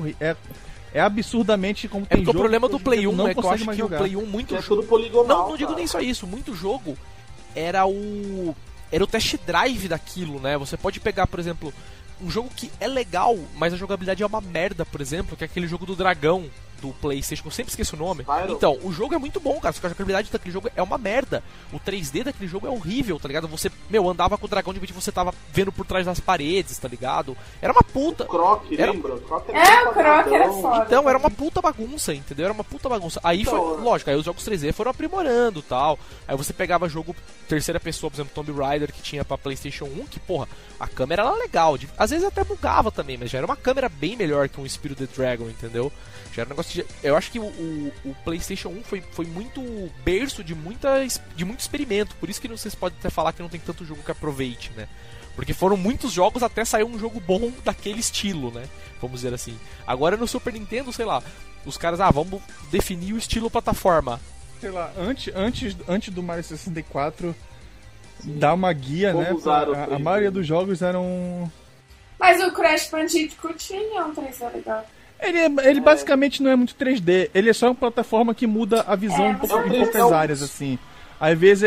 É absurdamente como tem jogo. O problema do Play 1 é que eu acho que jogar. O Play 1 muito jogo poligonal. Não digo nem só isso, muito jogo era o test drive daquilo, né? Você pode pegar, por exemplo, um jogo que é legal, mas a jogabilidade é uma merda, por exemplo, que é aquele jogo do dragão do PlayStation, eu sempre esqueço o nome. Então, o jogo é muito bom, cara, só que a jogabilidade daquele jogo é uma merda. O 3D daquele jogo é horrível, tá ligado? Você, andava com o dragão de repente você tava vendo por trás das paredes, tá ligado? Era uma puta... O Croc, lembra? O Croc era foda. Então, era uma puta bagunça, entendeu? Era uma puta bagunça. Aí então, foi, lógico, aí os jogos 3D foram aprimorando e tal. Aí você pegava jogo terceira pessoa, por exemplo, Tomb Raider, que tinha pra PlayStation 1, que, porra, a câmera era legal. Às vezes até bugava também, mas já era uma câmera bem melhor que um Spyro the Dragon, entendeu? Já era um negócio de... Eu acho que o PlayStation 1 foi muito berço de muito experimento. Por isso que vocês podem até falar que não tem tanto jogo que aproveite, né? Porque foram muitos jogos até sair um jogo bom daquele estilo, né? Vamos dizer assim. Agora no Super Nintendo, sei lá, os caras, vamos definir o estilo plataforma. Sei lá, antes do Mario 64 dar uma guia, né? A maioria dos jogos eram... Mas o Crash Bandicoot tinha um 3D legal. Ele basicamente não é muito 3D, ele é só uma plataforma que muda a visão em poucas áreas, assim. Às vezes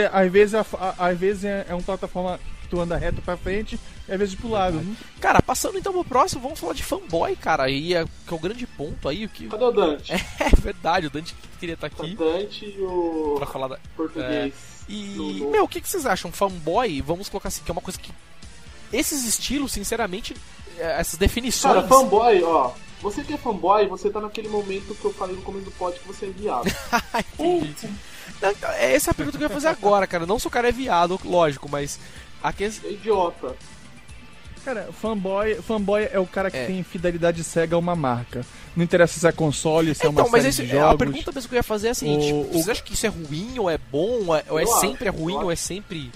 é uma plataforma que tu anda reto pra frente e às vezes pro lado. Cara, passando então pro próximo, vamos falar de fanboy, cara. E que é o grande ponto aí. Cadê o Dante? É verdade, o Dante queria estar aqui. O Dante e o pra falar português. O que vocês acham? Fanboy, vamos colocar assim, que é uma coisa que... Esses estilos, sinceramente, essas definições... Cara, fanboy, ó... Você que é fanboy, você tá naquele momento que eu falei no começo do pod que você é viado. Entendi. Não, essa é a pergunta que eu ia fazer agora, cara. Não se o cara é viado, lógico, mas... É idiota. Cara, fanboy é o cara que tem fidelidade cega a uma marca. Não interessa se é console, se é uma série de jogos. A pergunta mesmo que eu ia fazer é a seguinte: vocês acham que isso é ruim ou é bom? Ou é sempre ruim ou é sempre...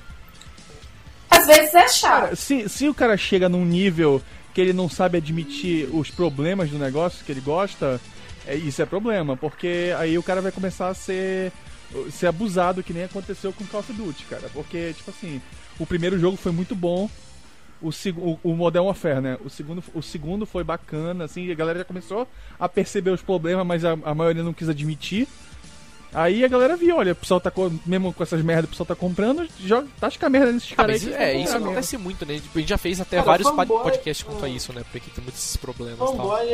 Às vezes é chato. Cara, se o cara chega num nível que ele não sabe admitir os problemas do negócio que ele gosta, isso é problema, porque aí o cara vai começar a ser abusado, que nem aconteceu com Call of Duty, cara. Porque, tipo assim, o primeiro jogo foi muito bom, o Modern Warfare, né? O segundo foi bacana, assim, a galera já começou a perceber os problemas, mas a maioria não quis admitir. Aí a galera viu, olha, o pessoal tá mesmo com essas merdas, o pessoal tá comprando, tasca a merda nesses caras aí. Isso acontece muito, né? Tipo, a gente já fez até vários podcasts quanto a isso, né? Porque tem muitos esses problemas. Fanboy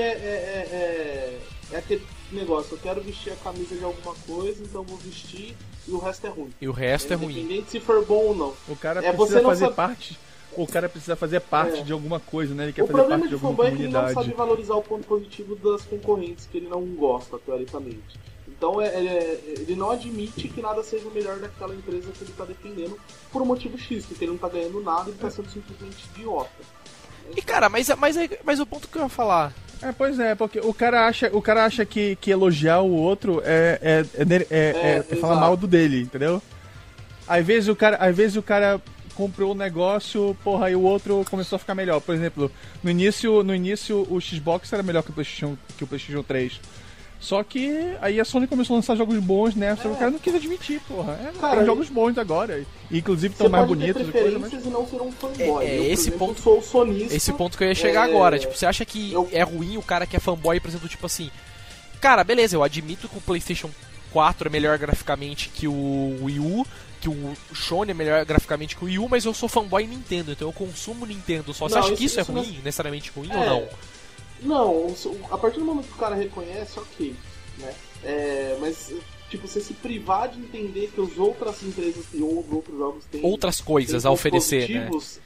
é aquele negócio, eu quero vestir a camisa de alguma coisa, então vou vestir e o resto é ruim. E o resto é ruim. Independente se for bom ou não. O cara precisa fazer parte. O cara precisa fazer parte de alguma coisa, né? Ele quer fazer parte de alguma comunidade. O problema de fanboy é que ele não sabe valorizar o ponto positivo das concorrentes que ele não gosta, teoricamente. Então ele não admite que nada seja melhor daquela empresa que ele está defendendo por um motivo X, porque ele não está ganhando nada e está sendo simplesmente idiota. E cara, mas o ponto que eu ia falar... Pois é, porque o cara acha que elogiar o outro é falar mal do dele, entendeu? Às vezes o cara comprou o negócio, porra, e o outro começou a ficar melhor. Por exemplo, no início o Xbox era melhor que o PlayStation 3. Só que aí a Sony começou a lançar jogos bons, né? Só que o cara não quis admitir, porra. Tem jogos bons agora. Inclusive estão mais bonitos. Você pode ter preferências e não ser um fanboy. Sou sonista. Esse ponto que eu ia chegar agora. Tipo, você acha que é ruim o cara que é fanboy, por exemplo, tipo assim... Cara, beleza, eu admito que o PlayStation 4 é melhor graficamente que o Wii U, que o Sony é melhor graficamente que o Wii U, mas eu sou fanboy Nintendo, então eu consumo Nintendo só. Você acha que isso é ruim, necessariamente ruim ou não? Não, a partir do momento que o cara reconhece, ok, né? Mas, tipo, você se privar de entender que as outras empresas e outros jogos têm outras coisas a oferecer, né?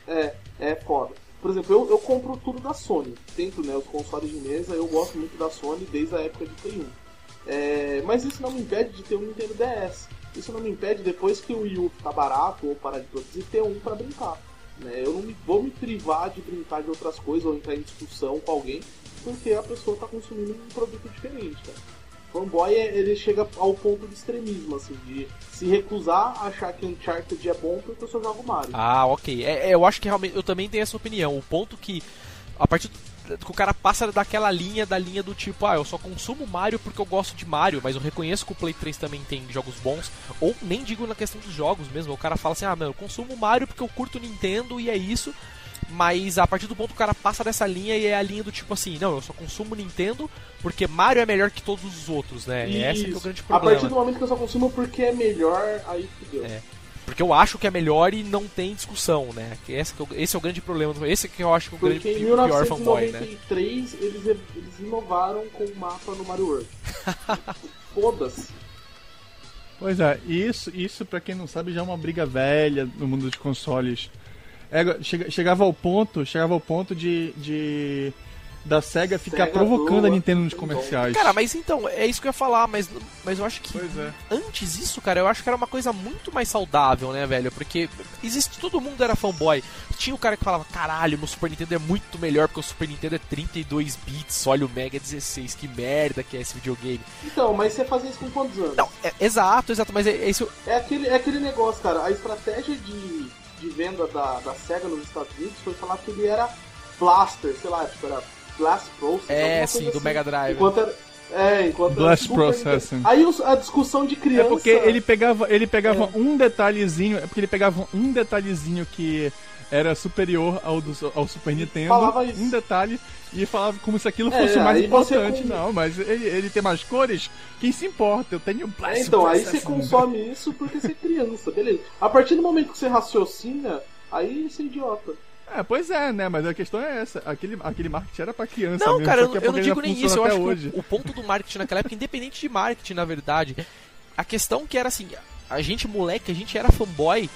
É foda. Por exemplo, eu compro tudo da Sony. Dentro, né, os consoles de mesa, eu gosto muito da Sony desde a época de Play 1. Mas isso não me impede de ter um Nintendo DS. Isso não me impede, depois que o Wii U ficar barato ou parar de produzir, ter um pra brincar. Né? Eu não vou me privar de brincar de outras coisas ou entrar em discussão com alguém porque a pessoa tá consumindo um produto diferente, cara. Fanboy, ele chega ao ponto de extremismo, assim, de se recusar a achar que Uncharted é bom porque eu só jogo Mario. Ah, ok. Eu acho que realmente, eu também tenho essa opinião. O ponto que, a partir que o cara passa da linha do tipo, eu só consumo Mario porque eu gosto de Mario, mas eu reconheço que o Play 3 também tem jogos bons, ou nem digo na questão dos jogos mesmo, o cara fala assim, eu consumo Mario porque eu curto Nintendo e é isso, mas a partir do ponto que o cara passa dessa linha e é a linha do tipo assim, não, eu só consumo Nintendo porque Mario é melhor que todos os outros, né? Isso. Esse que é o grande problema. A partir do momento que eu só consumo porque é melhor, aí fudeu. Porque eu acho que é melhor e não tem discussão, né? Esse é o grande problema. Esse que eu acho que é o grande pior fanboy, né? Em 1993, eles inovaram com o mapa no Mario World. Foda-se. Pois é, isso pra quem não sabe já é uma briga velha no mundo dos consoles. Chegava ao ponto de da SEGA ficar provocando a Nintendo nos comerciais. Cara, mas então, é isso que eu ia falar, mas eu acho que antes isso, cara, eu acho que era uma coisa muito mais saudável, né, velho? Porque todo mundo era fanboy. Tinha o cara que falava, caralho, meu Super Nintendo é muito melhor porque o Super Nintendo é 32 bits, olha o Mega 16, que merda que é esse videogame. Então, mas você fazia isso com quantos anos? Não, exato, mas é isso... É aquele negócio, cara, a estratégia de venda da SEGA nos Estados Unidos foi falar que ele era Blaster, sei lá, tipo, era Blast Processing. Sim, do Mega Drive. Enquanto Blast Processing. Aí a discussão de criança... É porque ele pegava um detalhezinho... É porque ele pegava um detalhezinho que era superior ao Super Nintendo. Falava isso. Um detalhe... E falava como se aquilo fosse mais importante. Não, mas ele tem mais cores? Quem se importa? Eu tenho Blast Então, Processing. aí você consome isso porque você é criança, beleza. A partir do momento que você raciocina, aí você é idiota. Pois é, né? Mas a questão é essa. Aquele marketing era pra criança. Não, mesmo, cara, eu não digo nem isso. Eu acho hoje. que o ponto do marketing naquela época, independente de marketing, na verdade, a questão que era assim, a gente moleque, a gente era fanboy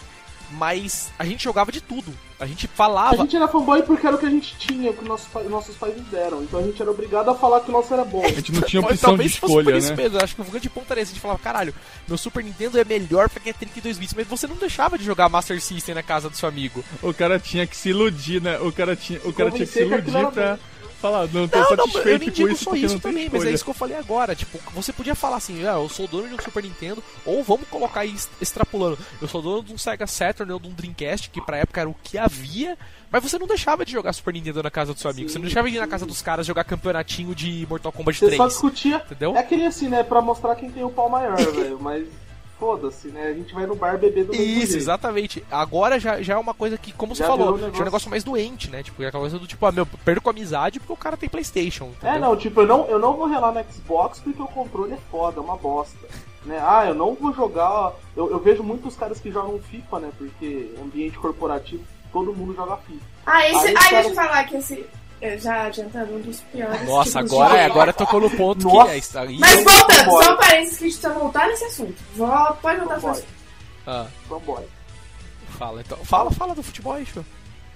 mas a gente jogava de tudo. A gente falava... A gente era fanboy porque era o que a gente tinha, que nossos pais nos deram. Então a gente era obrigado a falar que o nosso era bom. A gente não tinha opção de escolha, fosse por né? isso mesmo. Eu acho que o grande ponto era esse. A gente falava, caralho, meu Super Nintendo é melhor porque é 32 bits. Mas você não deixava de jogar Master System na casa do seu amigo. O cara tinha que se iludir, né? O cara tinha que se aquilo iludir era pra... falar, não tô eu satisfeito nem com digo isso só porque isso não tem também, escolha. mas é isso que eu falei agora. Tipo, você podia falar assim, eu sou dono de um Super Nintendo, ou vamos colocar aí extrapolando, eu sou dono de um Sega Saturn ou de um Dreamcast, que pra época era o que havia, mas você não deixava de jogar Super Nintendo na casa do seu amigo, você não deixava de ir na casa dos caras jogar campeonatinho de Mortal Kombat 3. Você só discutia, entendeu? É aquele assim, né, pra mostrar quem tem o pau maior, velho, mas... Foda-se, né? A gente vai no bar beber do mesmo Isso, jeito. exatamente. Agora já é uma coisa que, como você Já falou, virou um já é um negócio mais doente, né? Tipo, é aquela coisa do tipo, perco a amizade porque o cara tem PlayStation. Entendeu? Não, tipo, eu não vou relar no Xbox porque o controle é foda, é uma bosta. Né? Eu não vou jogar... Eu vejo muitos caras que jogam FIFA, né? Porque ambiente corporativo, todo mundo joga FIFA. Deixa eu falar que esse... Já adiantando, um dos piores. Nossa, tipos agora tocou no ponto Nossa. que é isso. Mas voltando, só um parênteses que a gente precisa voltar nesse assunto. Pode voltar pro assunto. Fanboy. Fala, então. Fala do futebol aí, show.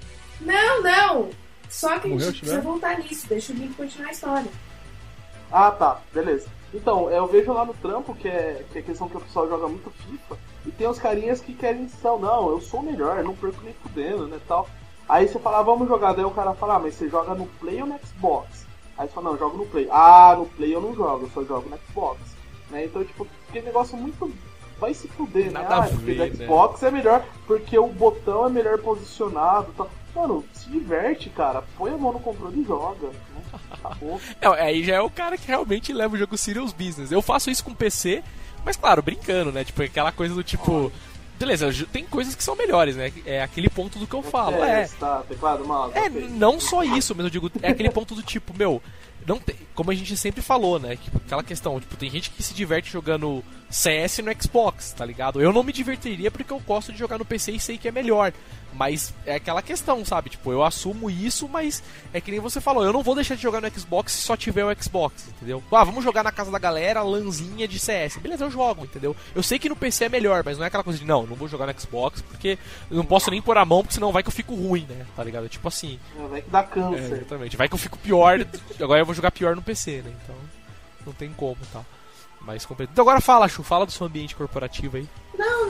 Não. Só que a Morreu, gente precisa voltar nisso. Deixa o Link continuar a história. Tá, beleza. Então, eu vejo lá no trampo que é questão que o pessoal joga muito FIFA. E tem uns carinhas que querem não, eu sou o melhor, não perco nem fudendo, né, tal. Aí você fala, vamos jogar, daí o cara fala, mas você joga no Play ou no Xbox? Aí você fala, não, eu jogo no Play. No Play eu não jogo, eu só jogo no Xbox. Né? Então, tipo, aquele negócio muito... Vai se fuder, nada né? Porque o Xbox é melhor, porque o botão é melhor posicionado e tal. Mano, se diverte, cara. Põe a mão no controle e joga. Né? Acabou. Aí já é o cara que realmente leva o jogo serious business. Eu faço isso com PC, mas claro, brincando, né? Tipo, aquela coisa do tipo... Beleza, tem coisas que são melhores, né? É aquele ponto do que eu falo. Teclado, mouse, não só isso, mas eu digo, é aquele ponto do tipo, não tem, como a gente sempre falou, né? Tipo, aquela questão, tipo, tem gente que se diverte jogando CS no Xbox, tá ligado? Eu não me divertiria porque eu gosto de jogar no PC e sei que é melhor. Mas é aquela questão, sabe? Tipo, eu assumo isso, mas é que nem você falou, eu não vou deixar de jogar no Xbox se só tiver o Xbox, entendeu? Vamos jogar na casa da galera, lanzinha de CS. Beleza, eu jogo, entendeu? Eu sei que no PC é melhor, mas não é aquela coisa de, não vou jogar no Xbox porque eu não posso nem pôr a mão, porque senão vai que eu fico ruim, né? Tá ligado? Tipo assim. Vai que dá câncer. Exatamente. Vai que eu fico pior, agora eu vou jogar pior no PC, né? Então, não tem como, tá? Mas, então agora fala, Chu, fala do seu ambiente corporativo aí. Não.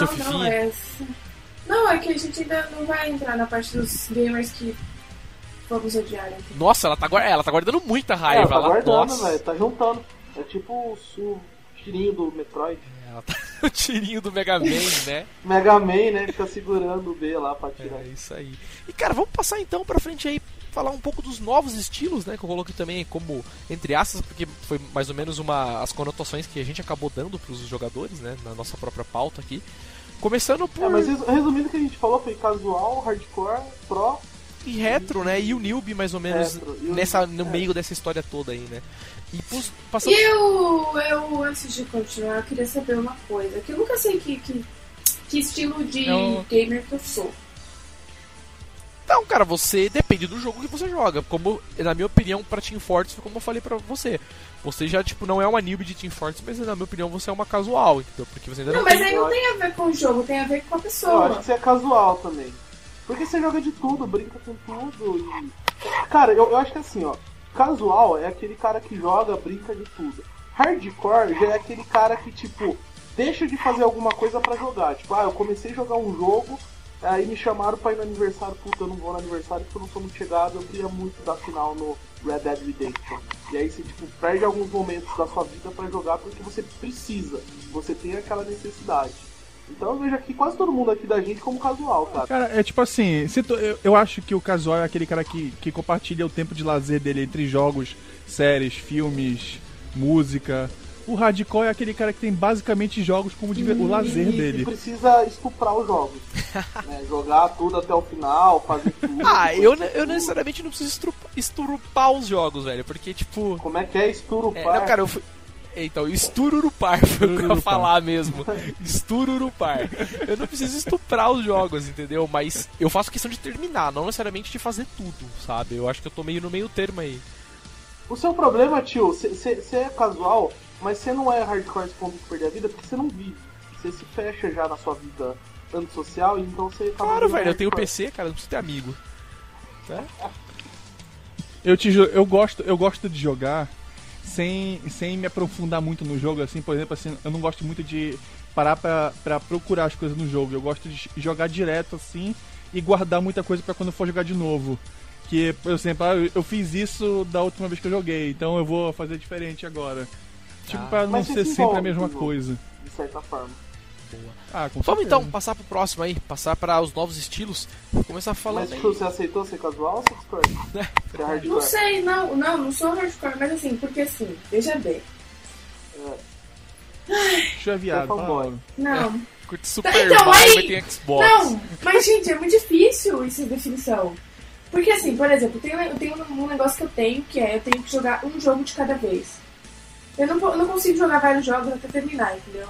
Não, é que a gente ainda não vai entrar na parte dos gamers que vamos odiar aqui. Nossa, ela tá guardando muita raiva. Ela tá guardando, nossa. velho. Tá juntando. É tipo o tirinho do Metroid. Ela tá o tirinho do Mega Man, né? Mega Man, né? Fica segurando o B lá pra tirar. É isso aí. E cara, vamos passar então pra frente aí, falar um pouco dos novos estilos, né? Que eu coloquei também como, entre aspas, porque foi mais ou menos as conotações que a gente acabou dando pros jogadores, né? Na nossa própria pauta aqui. Começando por... mas resumindo o que a gente falou, foi casual, hardcore, pro... E retro, né? E o newbie, mais ou menos, no meio dessa história toda aí, né? E passando... eu, antes de continuar, eu queria saber uma coisa. Que eu nunca sei que estilo de gamer que eu sou. Então, cara, você depende do jogo que você joga. Como, na minha opinião, pra Team Fortress, como eu falei pra você. Você já, tipo, não é uma newbie de Team Fortress, mas na minha opinião você é uma casual, entendeu? Porque você ainda não mas aí não tem a ver com o jogo, tem a ver com a pessoa. Eu acho que você é casual também. Porque você joga de tudo, brinca com tudo e... Cara, eu acho que assim, ó. Casual é aquele cara que joga, brinca de tudo. Hardcore já é aquele cara que, tipo, deixa de fazer alguma coisa pra jogar. Tipo, eu comecei a jogar um jogo... Aí me chamaram pra ir no aniversário, puta, eu não vou no aniversário porque eu não sou muito chegado, eu queria muito dar final no Red Dead Redemption. E aí você, tipo, perde alguns momentos da sua vida pra jogar porque você precisa, você tem aquela necessidade. Então eu vejo aqui quase todo mundo aqui da gente como casual, cara. Cara, é tipo assim, eu acho que o casual é aquele cara que compartilha o tempo de lazer dele entre jogos, séries, filmes, música... O hardcore é aquele cara que tem basicamente jogos como o lazer dele. E precisa estuprar os jogos. Né? Jogar tudo até o final, fazer tudo. Eu necessariamente não preciso esturupar os jogos, velho. Porque, tipo... Como é que é esturupar? Não, cara, eu fui... Então, estururupar foi o que eu ia falar mesmo. Estururupar. Eu não preciso estuprar os jogos, entendeu? Mas eu faço questão de terminar, não necessariamente de fazer tudo, sabe? Eu acho que eu tô meio no meio termo aí. O seu problema, tio, você é casual... Mas você não é hardcore esse ponto de perder a vida porque você não vive. Você se fecha já na sua vida antissocial, então você acaba... Claro, velho, eu tenho PC, cara, não preciso ter amigo. Né? Eu gosto de jogar sem me aprofundar muito no jogo, assim, por exemplo, assim, eu não gosto muito de parar pra procurar as coisas no jogo. Eu gosto de jogar direto, assim, e guardar muita coisa pra quando eu for jogar de novo. Que, por exemplo, eu fiz isso da última vez que eu joguei, então eu vou fazer diferente agora. Tipo, pra não ser sempre a mesma coisa. De certa forma. Ah, com Vamos certeza. então passar pro próximo aí, passar para os novos estilos. Vou começar falando Mas aí. você aceitou ser casual ou ser hardcore? Ser hardcore? Não sei, não sou hardcore, mas assim, porque assim, veja bem. Deixa eu viado, fanboy. Não. Curte Super Então, Mario, aí- tem Xbox. Não, mas gente, é muito difícil essa definição. Porque assim, por exemplo, tem um negócio que eu tenho, que é eu tenho que jogar um jogo de cada vez. Eu não consigo jogar vários jogos até terminar, entendeu?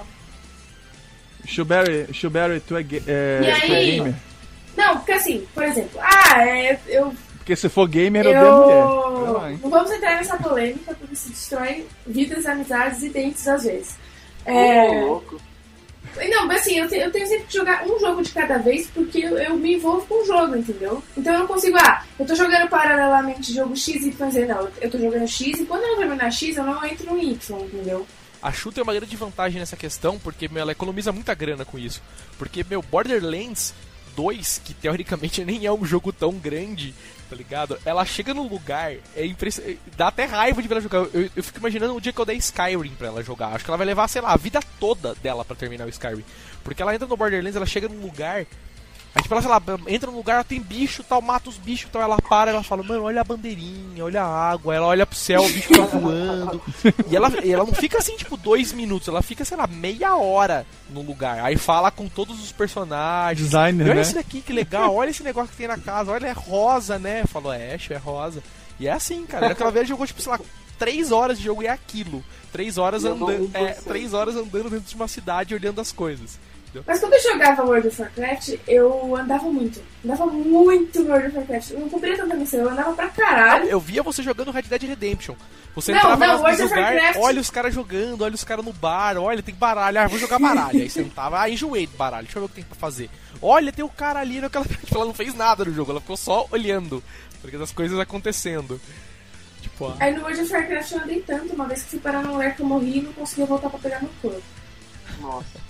Shuberry, tu é aí? gamer? Não, porque assim, por exemplo, eu Porque se for gamer, eu odeio mulher. Vai lá, hein? Não vamos entrar nessa polêmica, porque se destrói vidas, amizades e dentes às vezes. Ô, louco. Não, mas assim, eu tenho sempre que jogar um jogo de cada vez, porque eu me envolvo com o jogo, entendeu? Então eu não consigo, eu tô jogando paralelamente jogo X e Y, não, eu tô jogando X e quando eu terminar X, eu não entro no Y, entendeu? A Shu tem uma grande vantagem nessa questão, porque ela economiza muita grana com isso. Porque, Borderlands 2, que teoricamente nem é um jogo tão grande, tá ligado? Ela chega num lugar, é impressionante, dá até raiva de ver ela jogar. Eu fico imaginando o dia que eu der Skyrim pra ela jogar. Acho que ela vai levar, sei lá, a vida toda dela pra terminar o Skyrim. Porque ela entra no Borderlands, ela chega num lugar... Aí, tipo, ela, sei lá, entra num lugar, ela tem bicho, tal, mata os bichos, tal, ela para, ela fala, mano, olha a bandeirinha, olha a água, ela olha pro céu, o bicho tá voando. E ela não fica assim, tipo, 2 minutos, ela fica, sei lá, meia hora no lugar. Aí fala com todos os personagens. Designer, E olha né? esse daqui, que legal, olha esse negócio que tem na casa, olha, é rosa, né? Falou, é rosa. E é assim, cara, aquela vez jogou, tipo, sei lá, 3 horas de jogo e é aquilo. 3 horas andando, 3 horas andando dentro de uma cidade olhando as coisas. Mas quando eu jogava World of Warcraft, eu andava muito. Andava muito no World of Warcraft. Eu não cumpria tanta missão, eu andava pra caralho. Eu via você jogando Red Dead Redemption. Você Não, entrava nos World of lugares, Warcraft. olha os caras jogando, olha os caras no bar, olha, tem baralho, vou jogar baralho. Aí sentava, enjoei do baralho, deixa eu ver o que tem pra fazer. Olha, tem o cara ali naquela... Ela não fez nada no jogo, ela ficou só olhando, porque as coisas acontecendo. Tipo, Aí no World of Warcraft eu andei tanto, uma vez que fui parar num lugar que eu morri e não conseguia voltar pra pegar meu corpo. Nossa.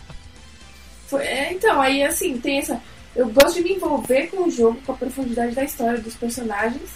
Então, aí assim, tem essa... Eu gosto de me envolver com o jogo, com a profundidade da história dos personagens.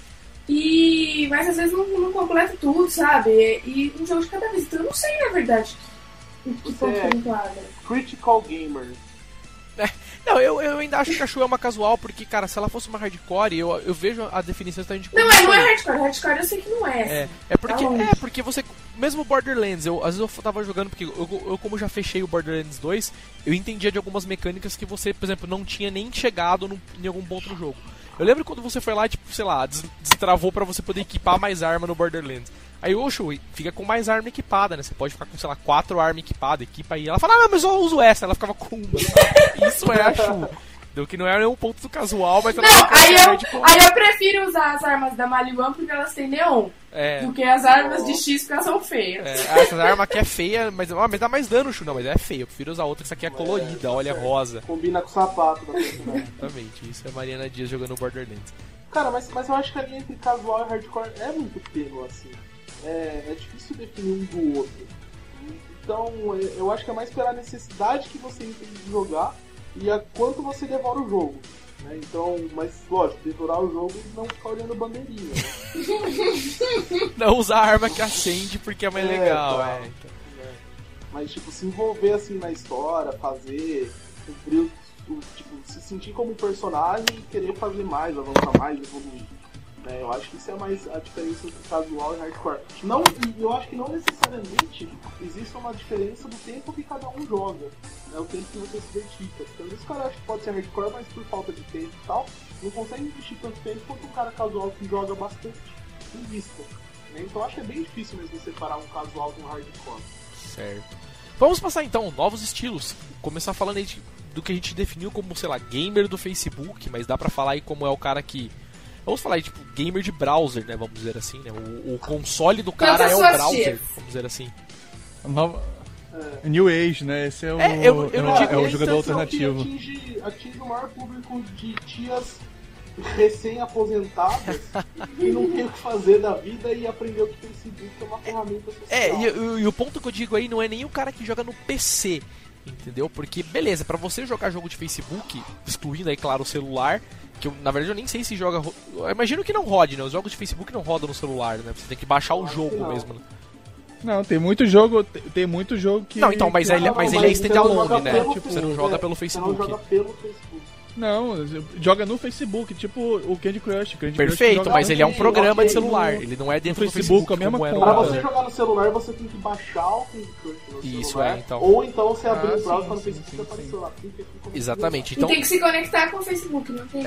Mas às vezes não completo tudo, sabe? E um jogo de cada vez. Então eu não sei, na verdade, que ponto que enquadra. Critical Gamer. Não, eu ainda acho que a Shu é uma casual, porque, cara, se ela fosse uma hardcore, eu vejo a definição também de como... Não é hardcore. Hardcore eu sei que não é. Porque você... Mesmo Borderlands, às vezes eu tava jogando, porque eu como já fechei o Borderlands 2, eu entendia de algumas mecânicas que você, por exemplo, não tinha nem chegado em algum ponto do jogo. Eu lembro quando você foi lá e, tipo, sei lá, destravou pra você poder equipar mais arma no Borderlands. Aí o Shu fica com mais arma equipada, né? Você pode ficar com, sei lá, 4 armas equipadas, equipa aí. Ela fala, mas eu uso essa. Ela ficava com uma. Isso é a Shu. Deu que não é nenhum ponto do casual, mas... Não, aí eu prefiro usar as armas da Maliwan porque elas têm neon. Do que as armas de X porque elas são feias. Essa arma aqui é feia, mas dá mais dano, Shu. Não, mas é feia. Eu prefiro usar outra, que essa aqui é colorida, olha, rosa. Combina com o sapato da personagem. Exatamente, isso é a Mariana Dias jogando Borderlands. Cara, mas eu acho que a linha entre casual e hardcore é muito tênue, assim. É difícil definir um do outro. Então, eu acho que é mais pela necessidade que você tem de jogar e a quanto você devora o jogo. Né? Então, mas lógico, devorar o jogo e não ficar olhando bandeirinha. Né? Não usar a arma que acende porque é mais legal. Tá. Então. Mas, tipo, se envolver assim na história, fazer, cumprir, tipo, se sentir como personagem e querer fazer mais, avançar mais, evoluir. Né? Eu acho que isso é mais a diferença entre casual e hardcore. Eu acho que não necessariamente existe uma diferença do tempo que cada um joga, né? O tempo que você se dedica. Então, esse cara acha que pode ser hardcore, mas por falta de tempo e tal, não consegue investir tanto tempo quanto um cara casual que joga bastante em vista. Né? Então, eu acho que é bem difícil mesmo separar um casual de um hardcore. Certo. Vamos passar então, novos estilos. Começar falando aí do que a gente definiu como, sei lá, gamer do Facebook, mas dá pra falar aí como é o cara que... Vamos falar aí, tipo, gamer de browser, né? Vamos dizer assim, né? O console do cara é o browser, vamos dizer assim. New Age, né? Esse é o, eu não digo o jogador alternativo. Atinge o maior público de tias recém-aposentadas e não tem o que fazer da vida e aprendeu que o Facebook é uma ferramenta social. E o ponto que eu digo aí não é nem o cara que joga no PC, entendeu? Porque, beleza, pra você jogar jogo de Facebook, excluindo aí, claro, o celular, que eu, na verdade, eu nem sei se joga... Eu imagino que não rode, né? Os jogos de Facebook não rodam no celular, né? Você tem que baixar o jogo mesmo, né? Não, tem muito jogo que... Não, então, mas ele é standalone, né? Tipo, você não joga pelo Facebook. Você não joga pelo Facebook. Não, joga no Facebook, tipo o Candy Crush. Perfeito, mas ele é um programa de celular, ele não é dentro do Facebook, a mesma coisa. Pra você jogar no celular, você tem que baixar o Candy Crush no celular. Então. Ou então você abrir o browser para o Facebook e aparecer lá. Exatamente. Então, e tem que se conectar com o Facebook, não tem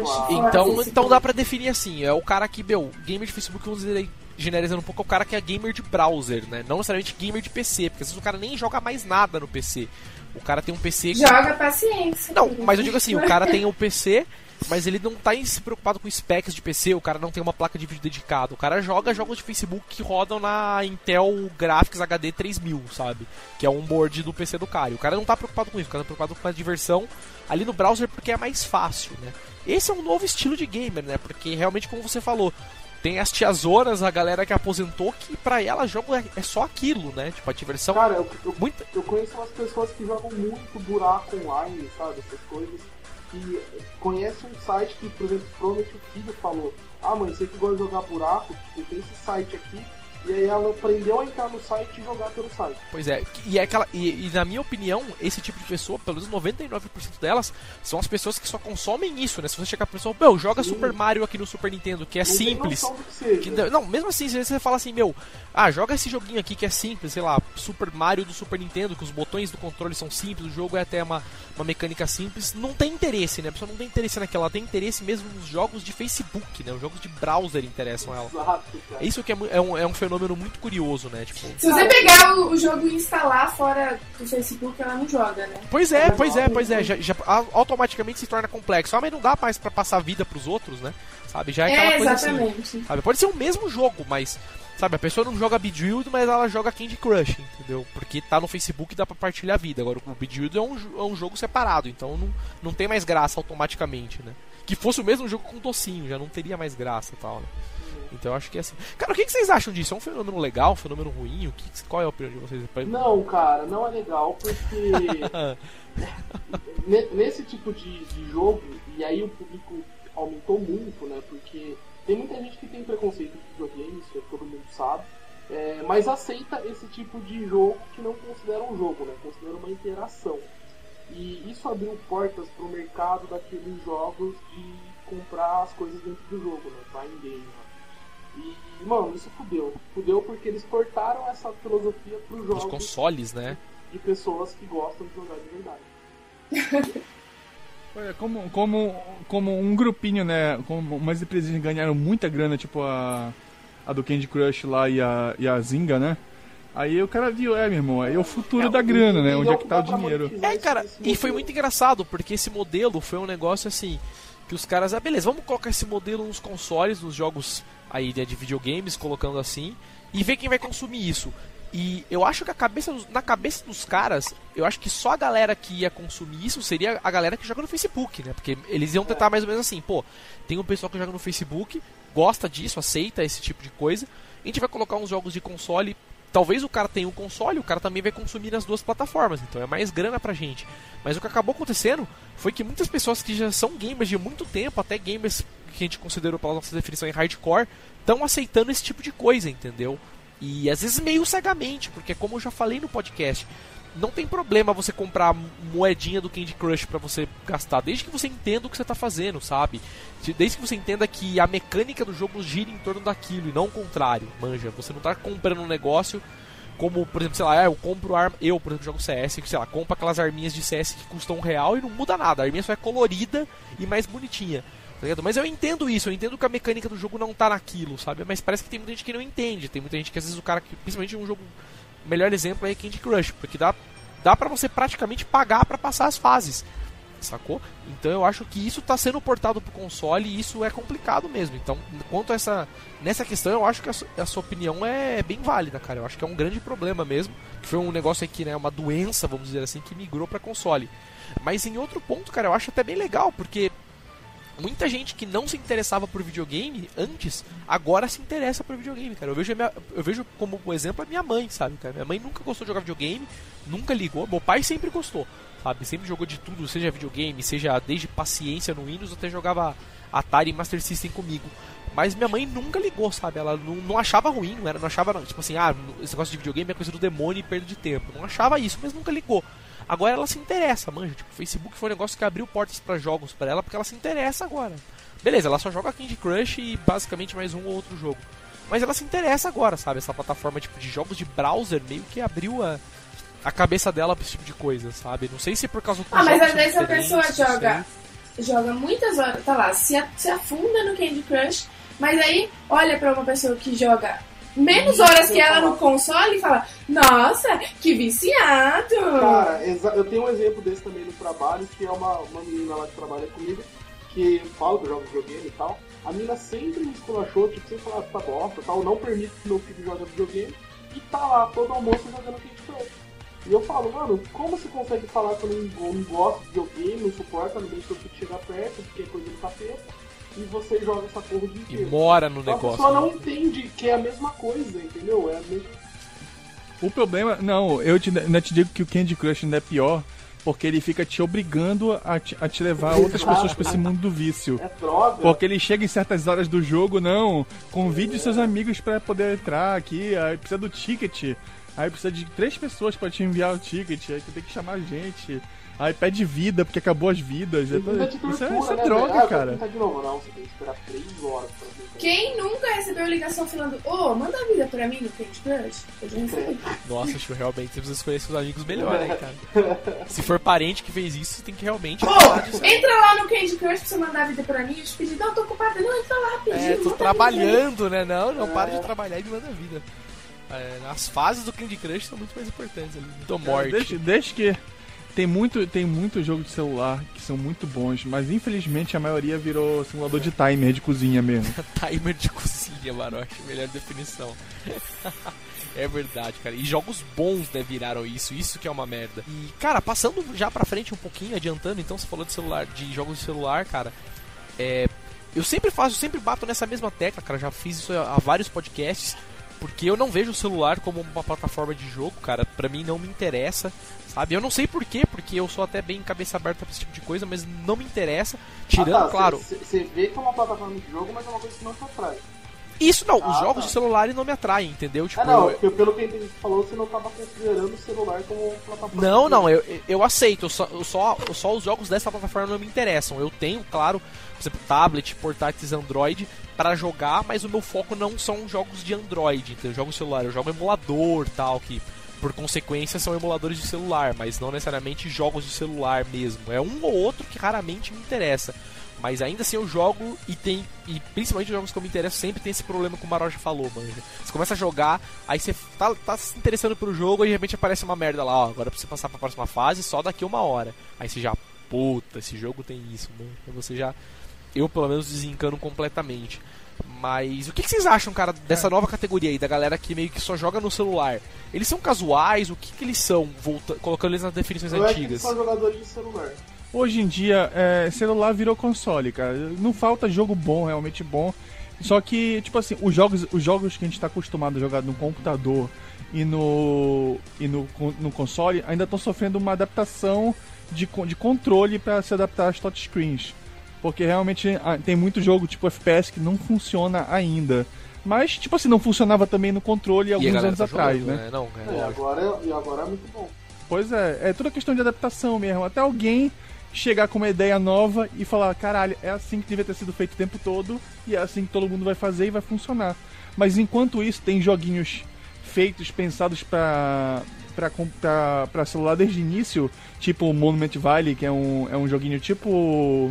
Então dá pra definir assim, é o cara que, gamer de Facebook, vamos dizer aí, generalizando um pouco, é o cara que é gamer de browser, né? Não necessariamente gamer de PC, porque às vezes o cara nem joga mais nada no PC. O cara tem um PC... Joga paciência. Não, mas eu digo assim, o cara tem o PC, mas ele não tá se preocupado com specs de PC, o cara não tem uma placa de vídeo dedicada. O cara joga jogos de Facebook que rodam na Intel Graphics HD 3000, sabe? Que é o onboard do PC do cara. E o cara não tá preocupado com isso, o cara tá preocupado com a diversão ali no browser porque é mais fácil, né? Esse é um novo estilo de gamer, né? Porque realmente, como você falou, tem as tiazonas, a galera que aposentou, que pra ela jogo é só aquilo, né? Tipo, a diversão... Cara, eu conheço umas pessoas que jogam muito buraco online, sabe? Essas coisas. Que conhecem um site que, por exemplo, provavelmente o filho falou: ah, mãe, você que gosta de jogar buraco, tem esse site aqui. E aí ela aprendeu a entrar no site e jogar pelo site. Pois é, e na minha opinião, esse tipo de pessoa, pelo menos 99% delas, são as pessoas que só consomem isso, né? Se você chegar pra pessoa, joga Super Mario aqui no Super Nintendo, que é simples. Não, mesmo assim, se você fala assim, joga esse joguinho aqui que é simples, sei lá, Super Mario do Super Nintendo, que os botões do controle são simples, o jogo é até uma mecânica simples, não tem interesse, né? A pessoa não tem interesse naquela, ela tem interesse mesmo nos jogos de Facebook, né? Os jogos de browser interessam ela. Isso que é um fenômeno muito curioso, né? Tipo... Se você pegar o jogo e instalar fora do Facebook, ela não joga, né? Pois é. Já automaticamente se torna complexo. Mas não dá mais pra passar a vida pros outros, né? Sabe? Já é aquela coisa exatamente. Assim. Sabe? Pode ser o mesmo jogo, mas... Sabe, a pessoa não joga Bejeweled, mas ela joga Candy Crush, entendeu? Porque tá no Facebook e dá pra partilhar a vida. Agora, o Bejeweled é um jogo separado, então não tem mais graça automaticamente, né? Que fosse o mesmo jogo com docinho, já não teria mais graça e tal, né? Então eu acho que é assim. Cara, o que vocês acham disso? É um fenômeno legal, um fenômeno ruim? Qual é a opinião de vocês? Não, cara, não é legal, porque nesse tipo de jogo, e aí o público aumentou muito, né? Porque tem muita gente que tem preconceito com videogame, isso todo mundo sabe, mas aceita esse tipo de jogo que não considera um jogo, né? Considera uma interação. E isso abriu portas pro mercado daqueles jogos de comprar as coisas dentro do jogo, né? Buy game, né? E, mano, isso fudeu. Fudeu porque eles portaram essa filosofia pros jogos... Os consoles, né? De pessoas que gostam de jogar de verdade. Como um grupinho, né? Como umas empresas ganharam muita grana, tipo a do Candy Crush lá e a Zynga, né? Aí o cara viu, meu irmão, aí é o futuro da grana, né? Onde é que tá o dinheiro. Cara, e foi muito engraçado, porque esse modelo foi um negócio assim... Que os caras, beleza, vamos colocar esse modelo nos consoles, nos jogos aí de videogames, colocando assim, e ver quem vai consumir isso. E eu acho que na cabeça dos caras, eu acho que só a galera que ia consumir isso seria a galera que joga no Facebook, né? Porque eles iam tentar mais ou menos assim, tem um pessoal que joga no Facebook, gosta disso, aceita esse tipo de coisa, a gente vai colocar uns jogos de console. Talvez o cara tenha um console, o cara também vai consumir nas duas plataformas, então é mais grana pra gente. Mas o que acabou acontecendo foi que muitas pessoas que já são gamers de muito tempo, até gamers que a gente considerou pela nossa definição em hardcore, estão aceitando esse tipo de coisa, entendeu? E às vezes meio cegamente, porque como eu já falei no podcast, não tem problema você comprar moedinha do Candy Crush pra você gastar, desde que você entenda o que você tá fazendo, sabe? Desde que você entenda que a mecânica do jogo gira em torno daquilo e não o contrário, manja. Você não tá comprando um negócio como, por exemplo, sei lá, eu compro arma, por exemplo, jogo CS, que sei lá, compro aquelas arminhas de CS que custam R$1 e não muda nada, a arminha só é colorida e mais bonitinha. Tá ligado? Mas eu entendo isso, eu entendo que a mecânica do jogo não tá naquilo, sabe? Mas parece que tem muita gente que não entende, tem muita gente que às vezes o cara, principalmente um jogo... O melhor exemplo é Candy Crush, porque dá pra você praticamente pagar pra passar as fases. sacou? Então eu acho que isso tá sendo portado pro console e isso é complicado mesmo. Então, quanto a nessa questão, eu acho que a sua opinião é bem válida, cara. Eu acho que é um grande problema mesmo, que foi um negócio aqui, né, uma doença, vamos dizer assim, que migrou pra console. Mas em outro ponto, cara, eu acho até bem legal, porque muita gente que não se interessava por videogame antes, agora se interessa por videogame, cara. Eu vejo como exemplo a minha mãe, sabe, cara? Minha mãe nunca gostou de jogar videogame, nunca ligou. Meu pai sempre gostou, sabe? Sempre jogou de tudo, seja videogame, seja desde paciência no Windows, até jogava Atari e Master System comigo. Mas minha mãe nunca ligou, sabe? Ela não achava ruim, não achava, tipo assim, esse negócio de videogame é coisa do demônio e perda de tempo. Não achava isso, mas nunca ligou. Agora ela se interessa, manja. Tipo, o Facebook foi um negócio que abriu portas pra jogos pra ela, porque ela se interessa agora. Beleza, ela só joga Candy Crush e basicamente mais um ou outro jogo. Mas ela se interessa agora, sabe? Essa plataforma tipo de jogos de browser meio que abriu a cabeça dela pra esse tipo de coisa, sabe? Não sei se por causa do mas às vezes a pessoa joga muitas horas, tá lá, se afunda no Candy Crush, mas aí olha pra uma pessoa que joga menos horas que ela no console e fala, nossa, que viciado! Cara, eu tenho um exemplo desse também no trabalho, que é uma menina lá que trabalha comigo, que fala que eu jogo videogame e tal. A menina sempre me esculachou, tipo, sempre falava, tá bosta, tal, não permite que meu filho jogue videogame, e tá lá todo almoço jogando Candy Crush. E eu falo, mano, como você consegue falar que eu não gosto de videogame, não suporta, não deixa eu chegar perto, porque é coisa do capeta, e você joga essa porra de inteiro. E mora no negócio. A pessoa não entende que é a mesma coisa, entendeu? É a mesma... O problema... Não, eu ainda te digo que o Candy Crush ainda é pior, porque ele fica te obrigando a te levar outras pessoas pra esse mundo do vício. É droga. Porque ele chega em certas horas do jogo, não, convide seus amigos pra poder entrar aqui, aí precisa do ticket, aí precisa de 3 pessoas pra te enviar o ticket, aí tu tem que chamar gente... Aí pede vida, porque acabou as vidas. Isso é droga, cara. De novo, não, você tem que esperar 3 horas pra ver. Quem nunca recebeu ligação falando, manda vida pra mim no Candy Crush? Eu já recebi. Nossa, acho que realmente você precisa escolher seus amigos melhor, né, cara? Se for parente que fez isso, você tem que realmente... Entra lá no Candy Crush pra você mandar vida pra mim. Eu te pedi, não, tô ocupada. Não, entra lá, pedi. Tô trabalhando, né? Não, para de trabalhar e me manda vida. As fases do Candy Crush são muito mais importantes ali. Tô morte. Deixa que... Tem muito jogo de celular que são muito bons, mas infelizmente a maioria virou simulador de timer de cozinha mesmo. Timer de cozinha, Maroche, melhor definição. É verdade, cara. E jogos bons, né, viraram isso que é uma merda. E, cara, passando já pra frente um pouquinho, adiantando, então você falou de jogos de celular, cara. Eu sempre bato nessa mesma tecla, cara. Já fiz isso há vários podcasts. Porque eu não vejo o celular como uma plataforma de jogo, cara. Pra mim não me interessa, sabe? Eu não sei porquê, porque eu sou até bem cabeça aberta pra esse tipo de coisa, mas não me interessa. Tirando, claro... Você vê que é uma plataforma de jogo, mas é uma coisa que não te atrai. Isso não, os jogos de celular não me atraem, entendeu? Tipo, pelo que você falou, você não tava considerando o celular como plataforma. Não, eu aceito, só os jogos dessa plataforma não me interessam. Eu tenho, claro, por exemplo, tablet, portáteis Android para jogar, mas o meu foco não são jogos de Android, entendeu? Jogos de celular, eu jogo emulador, tal, que por consequência são emuladores de celular, mas não necessariamente jogos de celular mesmo. É um ou outro que raramente me interessa. Mas ainda assim eu jogo e principalmente os jogos que eu me interesso sempre tem esse problema que o Maroja falou, manja. Você começa a jogar, aí você tá se interessando pelo jogo e de repente aparece uma merda lá, ó, agora pra você passar pra próxima fase só daqui 1 hora. Aí você já, puta, esse jogo tem isso, mano. Então você já, eu pelo menos desencano completamente. Mas o que vocês acham, cara, dessa nova categoria aí, da galera que meio que só joga no celular? Eles são casuais? O que eles são, colocando eles nas definições antigas? Eles são jogadores de celular. Hoje em dia, celular virou console, cara. Não falta jogo bom, realmente bom. Só que, tipo assim, os jogos que a gente tá acostumado a jogar no computador e no console ainda estão sofrendo uma adaptação de controle para se adaptar às touchscreens. Porque realmente tem muito jogo tipo FPS que não funciona ainda. Mas, tipo assim, não funcionava também no controle alguns anos atrás, jogando, né? Agora é muito bom. Pois é toda questão de adaptação mesmo. Até alguém chegar com uma ideia nova e falar, caralho, é assim que devia ter sido feito o tempo todo e é assim que todo mundo vai fazer e vai funcionar. Mas enquanto isso, tem joguinhos feitos, pensados pra celular desde o início, tipo Monument Valley, que é um joguinho tipo...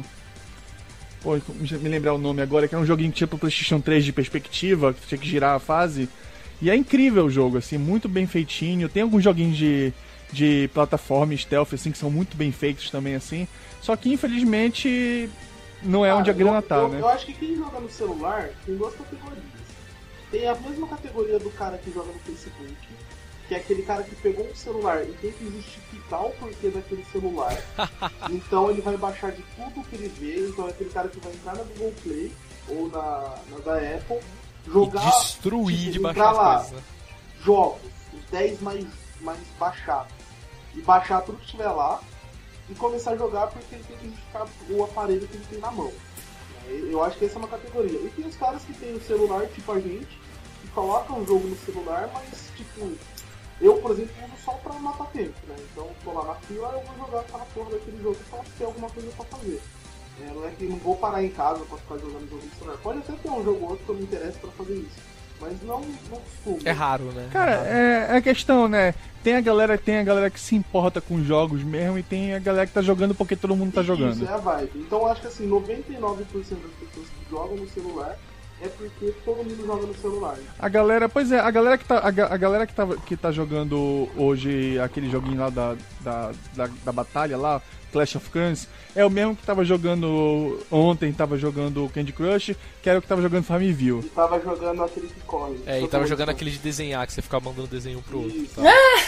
Pô, me lembrar o nome agora, que é um joguinho tipo PlayStation 3 de perspectiva, que tinha que girar a fase. E é incrível o jogo, assim, muito bem feitinho. Tem alguns joguinhos de de plataforma e stealth, assim, que são muito bem feitos também, assim. Só que, infelizmente, não é onde a grana tá, né? Eu acho que quem joga no celular tem duas categorias. Tem a mesma categoria do cara que joga no Facebook, que é aquele cara que pegou um celular e tem que justificar o porquê daquele celular. Então ele vai baixar de tudo que ele vê. Então é aquele cara que vai entrar na Google Play ou na da Apple, jogar, e destruir de baixar lá, as coisas, né? Jogos, os 10 mais baixados, e baixar tudo que estiver lá e começar a jogar porque ele tem que justificar o aparelho que ele tem na mão. Eu acho que essa é uma categoria. E tem os caras que tem o celular, tipo a gente, que colocam o jogo no celular, mas tipo, eu, por exemplo, uso só pra matar tempo, né? Então, tô lá na fila, eu vou jogar aquela porra daquele jogo pra ter alguma coisa pra fazer. Não é que não vou parar em casa pra ficar jogando jogo no celular. Pode até ter um jogo ou outro que eu me interesse pra fazer isso, mas não costumo. É raro, né? Cara, é a questão, né? Tem a galera que se importa com jogos mesmo e tem a galera que tá jogando porque todo mundo tá jogando. Isso é a vibe. Então eu acho que assim, 99% das pessoas que jogam no celular é porque todo mundo joga no celular. A galera, pois é, a galera que tá jogando hoje aquele joguinho lá da batalha lá, Clash of Clans, é o mesmo que tava jogando ontem, tava jogando Candy Crush, que era o que tava jogando Farmville. E tava jogando aquele que corre. E tava jogando aquele de desenhar, que você ficava mandando desenho um pro outro. Tá?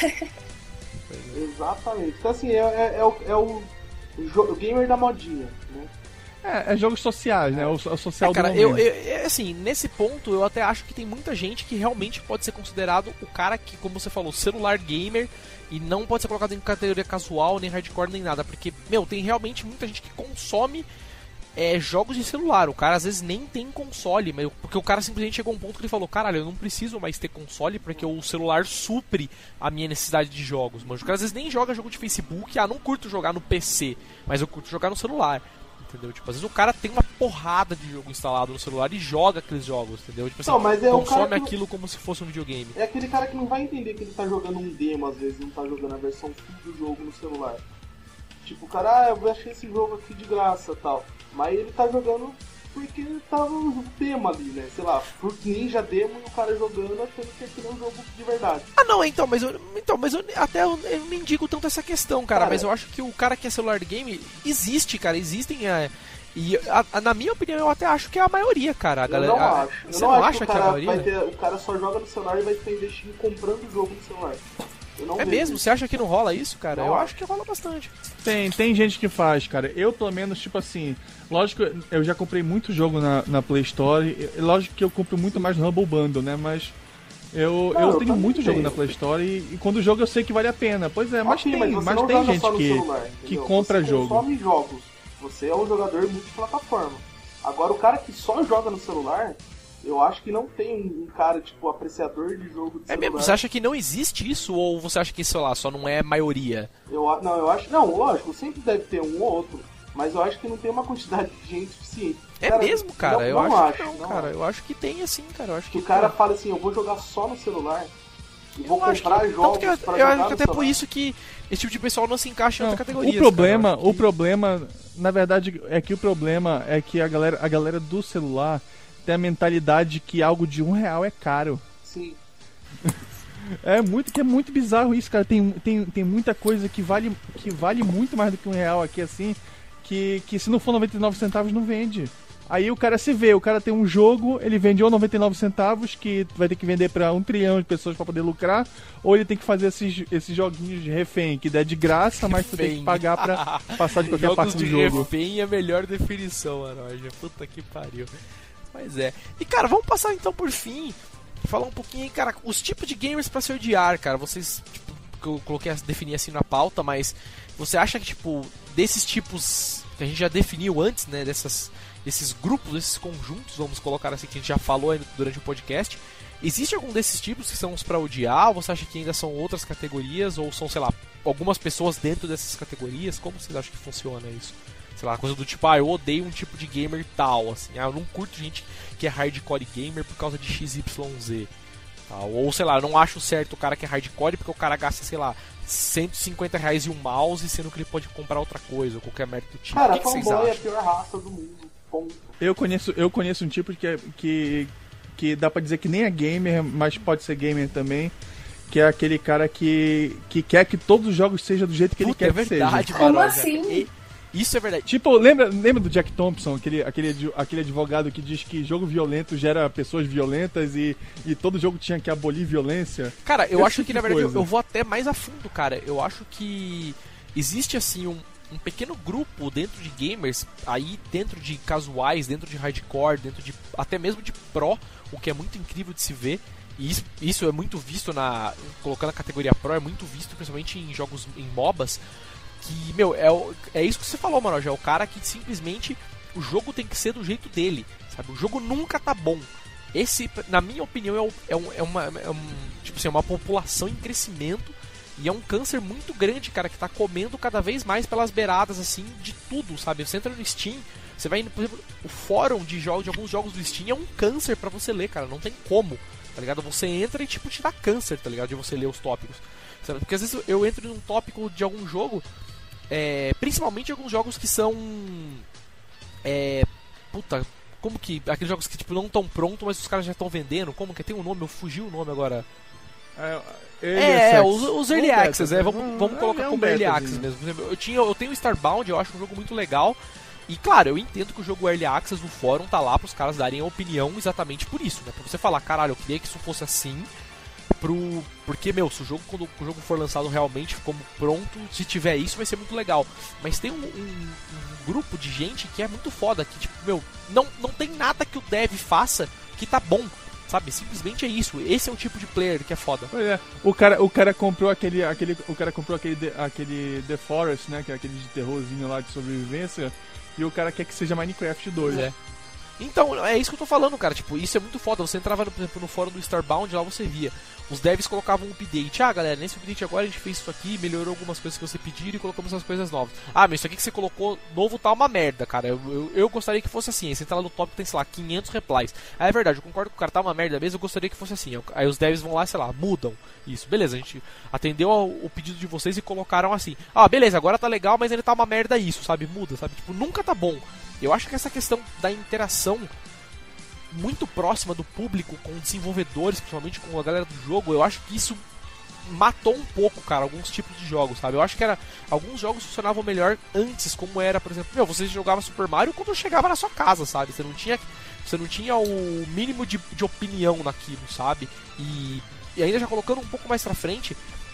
Exatamente. Então assim, é o gamer da modinha, né? É jogos sociais, né? O social cara, do momento. assim, nesse ponto, eu até acho que tem muita gente que realmente pode ser considerado o cara que, como você falou, celular gamer, e não pode ser colocado em categoria casual, nem hardcore, nem nada. Porque, tem realmente muita gente que consome jogos de celular. O cara, às vezes, nem tem console, porque o cara simplesmente chegou a um ponto que ele falou, caralho, eu não preciso mais ter console, porque o celular supre a minha necessidade de jogos. Mas o cara, às vezes, nem joga jogo de Facebook. Não curto jogar no PC, mas eu curto jogar no celular. Entendeu? Tipo, às vezes o cara tem uma porrada de jogo instalado no celular e joga aqueles jogos, entendeu? Tipo assim, não, mas consome aquilo como se fosse um videogame. É aquele cara que não vai entender que ele tá jogando um demo, às vezes, não tá jogando a versão full do jogo no celular. Tipo, o cara, eu achei esse jogo aqui de graça e tal. Mas ele tá jogando porque tava um demo ali, né? Sei lá, Fruit Ninja demo e o cara jogando achando que aquilo é um jogo de verdade. Mas eu nem digo tanto essa questão, cara. Mas eu acho que o cara que é celular game existe, cara. Existem. Na minha opinião, eu até acho que é a maioria, cara. A galera, eu não acho. Você não acha que é a maioria? O cara só joga no celular e vai ficar investindo comprando o jogo no celular. Mesmo? Você acha que não rola isso, cara? Não, eu acho que rola bastante. Tem gente que faz, cara. Eu, pelo menos, tipo assim... Lógico, eu já comprei muito jogo na Play Store. Lógico que eu compro muito mais no Humble Bundle, né? Mas eu tenho muito jogo na Play Store e quando o jogo eu sei que vale a pena. Pois é, mas tem gente que compra jogo. Você consome jogos. Você é um jogador multiplataforma. Agora, o cara que só joga no celular... Eu acho que não tem um cara, tipo, apreciador de jogo de celular. Mesmo? Você acha que não existe isso? Ou você acha que, sei lá, só não é maioria? Eu acho... Não, lógico, sempre deve ter um ou outro. Mas eu acho que não tem uma quantidade de gente suficiente. Mesmo, cara? Eu acho que não, cara. Eu acho que tem, assim, cara. Eu acho que o cara fala assim, eu vou jogar só no celular. E vou comprar jogos pra jogar. Eu acho que até por isso que esse tipo de pessoal não se encaixa em outra categoria. O problema, na verdade, é que o problema é que a galera do celular tem a mentalidade que algo de R$1 é caro. Sim. É muito bizarro isso, cara. Tem muita coisa que vale muito mais do que R$1 aqui, assim, que se não for 99 centavos não vende. Aí o cara o cara tem um jogo, ele vende ou 99 centavos, que vai ter que vender pra 1 trilhão de pessoas pra poder lucrar, ou ele tem que fazer esses joguinhos de refém, que dá de graça, mas tu tem que pagar pra passar de qualquer parte do jogo. Jogos de refém é a melhor definição, Aroja. Puta que pariu. Mas é. E, cara, vamos passar então por fim, falar um pouquinho aí, cara, os tipos de gamers pra se odiar, cara. Vocês, tipo, que eu coloquei definir assim na pauta, mas você acha que, tipo, desses tipos que a gente já definiu antes, né, desses grupos, desses conjuntos, vamos colocar assim, que a gente já falou durante o podcast, existe algum desses tipos que são os pra odiar, ou você acha que ainda são outras categorias, ou são, sei lá, algumas pessoas dentro dessas categorias? Como vocês acham que funciona isso? Sei lá, coisa do tipo, eu odeio um tipo de gamer tal, assim, eu não curto gente que é hardcore gamer por causa de XYZ, tal. Ou, sei lá, eu não acho certo o cara que é hardcore porque o cara gasta, sei lá, R$150 e um mouse, sendo que ele pode comprar outra coisa, ou qualquer merda do tipo. Cara, o que vocês acham? acham? É a pior raça do mundo, ponto. Eu conheço um tipo que dá pra dizer que nem é gamer, mas pode ser gamer também, que é aquele cara que quer que todos os jogos sejam do jeito que Puta, ele quer é verdade, que seja. Como Maroja. assim? Isso é verdade. Tipo, lembra do Jack Thompson, aquele advogado que diz que jogo violento gera pessoas violentas e todo jogo tinha que abolir violência? Cara, eu Esse acho tipo que, de na verdade, coisa. eu vou até mais a fundo, cara. Eu acho que existe, assim, um pequeno grupo dentro de gamers, aí dentro de casuais, dentro de hardcore, dentro de até mesmo de pro, o que é muito incrível de se ver. E isso é muito visto colocando a categoria pro, é muito visto principalmente em jogos, em MOBAs, que, meu, é isso que você falou, Maroja, é o cara que simplesmente o jogo tem que ser do jeito dele, sabe? O jogo nunca tá bom. Esse, na minha opinião, é uma população em crescimento e é um câncer muito grande, cara, que tá comendo cada vez mais pelas beiradas, assim, de tudo, sabe? Você entra no Steam, você vai indo, por exemplo, o fórum de alguns jogos do Steam é um câncer pra você ler, cara, não tem como, tá ligado? Você entra e, tipo, te dá câncer, tá ligado? De você ler os tópicos, sabe? Porque às vezes eu entro num tópico de algum jogo, principalmente alguns jogos que são... como que... Aqueles jogos que, tipo, não estão prontos, mas os caras já estão vendendo. Como que tem um nome? Eu fugi o nome agora. Os Early Access, vamos colocar como Early Access mesmo. Por exemplo, eu tenho o Starbound, eu acho um jogo muito legal. E claro, eu entendo que o jogo Early Access no fórum tá lá pros caras darem a opinião exatamente por isso, né? Pra você falar, caralho, eu queria que isso fosse assim. Porque, meu, se quando o jogo for lançado realmente como pronto, se tiver isso, vai ser muito legal. Mas tem um grupo de gente que é muito foda, que, tipo, meu, não tem nada que o dev faça que tá bom, sabe? Simplesmente é isso. Esse é o tipo de player que é foda. Pois é. O cara comprou aquele The Forest, né? Que é aquele de terrorzinho lá de sobrevivência. E o cara quer que seja Minecraft 2. É. Então, é isso que eu tô falando, cara. Tipo, isso é muito foda. Você entrava, por exemplo, no fórum do Starbound, lá você via. Os devs colocavam um update. Ah, galera, nesse update agora a gente fez isso aqui, melhorou algumas coisas que você pediu e colocamos as coisas novas. Ah, mas isso aqui que você colocou novo tá uma merda, cara. Eu gostaria que fosse assim. Aí você entra lá no top, tem, sei lá, 500 replies. Ah, é verdade, eu concordo que o cara tá uma merda mesmo, eu gostaria que fosse assim. Aí os devs vão lá, sei lá, mudam isso. Beleza, a gente atendeu o pedido de vocês e colocaram assim. Ah, beleza, agora tá legal, mas ele tá uma merda isso, sabe? Muda, sabe? Tipo, nunca tá bom. Eu acho que essa questão da interação muito próxima do público com desenvolvedores, principalmente com a galera do jogo, eu acho que isso matou um pouco, cara, alguns tipos de jogos, sabe? Eu acho que alguns jogos funcionavam melhor antes, como era, por exemplo, você jogava Super Mario quando chegava na sua casa, sabe? Você não tinha o mínimo de opinião naquilo, sabe? E ainda já colocando um pouco mais pra frente,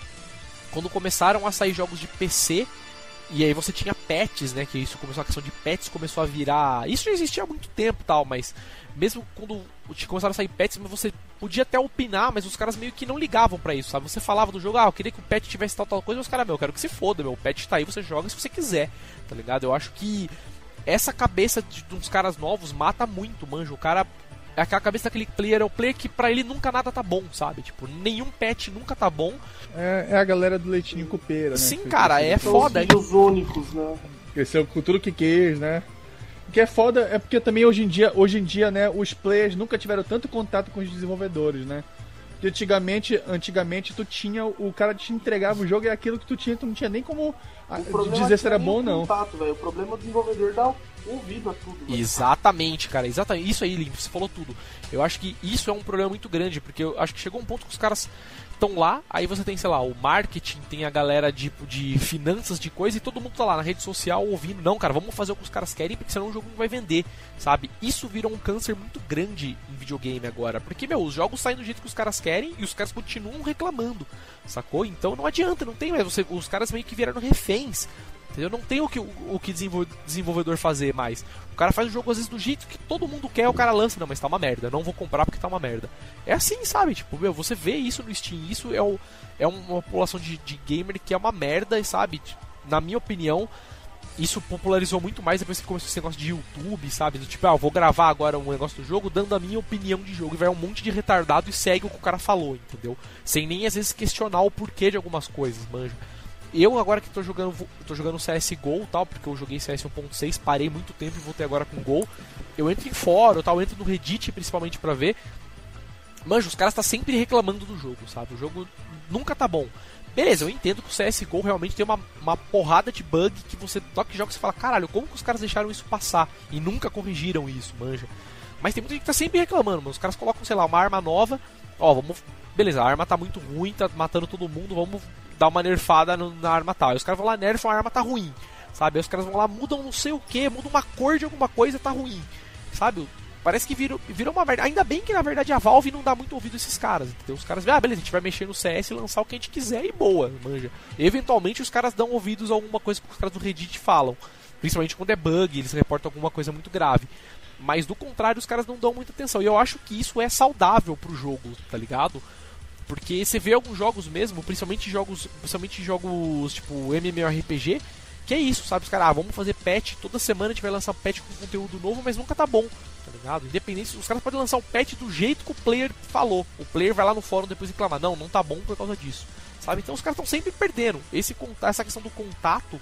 quando começaram a sair jogos de PC, e aí você tinha patches, né? Que isso começou, a questão de patches começou a virar... Isso já existia há muito tempo e tal, mas mesmo quando começaram a sair patches, você podia até opinar, mas os caras meio que não ligavam pra isso, sabe? Você falava do jogo, eu queria que o patch tivesse tal coisa, mas os caras, eu quero que se foda, o patch tá aí, você joga se você quiser, tá ligado? Eu acho que essa cabeça de uns caras novos mata muito, manjo. O cara... Aquela cabeça daquele player é o player que pra ele nunca nada tá bom, sabe? Tipo, nenhum patch nunca tá bom. É a galera do leitinho copeira, né? Sim, cara, é foda. São os filhos únicos, né? Cresceu com tudo que quis, né? O que é foda é porque também hoje em dia, né, os players nunca tiveram tanto contato com os desenvolvedores, né? Porque antigamente tu tinha, o cara te entregava o jogo e aquilo que tu não tinha nem como dizer se era bom ou não. Contato, o problema é o desenvolvedor dar ouvido a tudo. Véio. Exatamente, cara, exatamente. Isso aí, Limpo, você falou tudo. Eu acho que isso é um problema muito grande, porque eu acho que chegou um ponto que os caras estão lá, aí você tem, sei lá, o marketing, tem a galera de finanças, de coisa, e todo mundo tá lá na rede social ouvindo, não, cara, vamos fazer o que os caras querem, porque senão o jogo não vai vender, sabe? Isso virou um câncer muito grande em videogame agora, porque, os jogos saem do jeito que os caras querem e os caras continuam reclamando, sacou? Então não adianta, não tem mais, os caras meio que viraram reféns, entendeu? Não tem o que desenvolvedor fazer mais. O cara faz o jogo às vezes do jeito que todo mundo quer, o cara lança, não, mas tá uma merda, não vou comprar porque tá uma merda. É assim, sabe? Tipo, você vê isso no Steam, isso é uma população de gamer que é uma merda, sabe? Na minha opinião, isso popularizou muito mais depois que começou esse negócio de YouTube, sabe? Do tipo, eu vou gravar agora um negócio do jogo dando a minha opinião de jogo, e vai um monte de retardado e segue o que o cara falou, entendeu? Sem nem às vezes questionar o porquê de algumas coisas, manja. Eu agora que tô jogando CSGO, tal, porque eu joguei CS 1.6, parei muito tempo e voltei agora com Gol. Eu entro em fórum, tal, eu entro no Reddit principalmente pra ver. Manjo, os caras tá sempre reclamando do jogo, sabe? O jogo nunca tá bom. Beleza, eu entendo que o CSGO realmente tem uma porrada de bug que você toca e joga e você fala, caralho, como que os caras deixaram isso passar e nunca corrigiram isso, manja? Mas tem muita gente que tá sempre reclamando, mano. Os caras colocam, sei lá, uma arma nova, beleza, a arma tá muito ruim, tá matando todo mundo, vamos dar uma nerfada na arma tal. Aí os caras vão lá, nerfam, a arma tá ruim, sabe? Aí os caras vão lá, mudam não sei o que, mudam uma cor de alguma coisa, tá ruim, sabe? Parece que virou uma verdade. Ainda bem que na verdade a Valve não dá muito ouvido a esses caras, entendeu? Os caras, beleza, a gente vai mexer no CS e lançar o que a gente quiser e boa, manja. Eventualmente os caras dão ouvidos a alguma coisa que os caras do Reddit falam. Principalmente quando é bug, eles reportam alguma coisa muito grave. Mas do contrário, os caras não dão muita atenção. E eu acho que isso é saudável pro jogo, tá ligado? Porque você vê alguns jogos mesmo, principalmente jogos tipo MMORPG, que é isso, sabe? Os caras, vamos fazer patch, toda semana a gente vai lançar patch com conteúdo novo, mas nunca tá bom, tá ligado? Independente, os caras podem lançar o patch do jeito que o player falou. O player vai lá no fórum depois reclamar, não tá bom por causa disso, sabe? Então os caras estão sempre perdendo. Essa questão do contato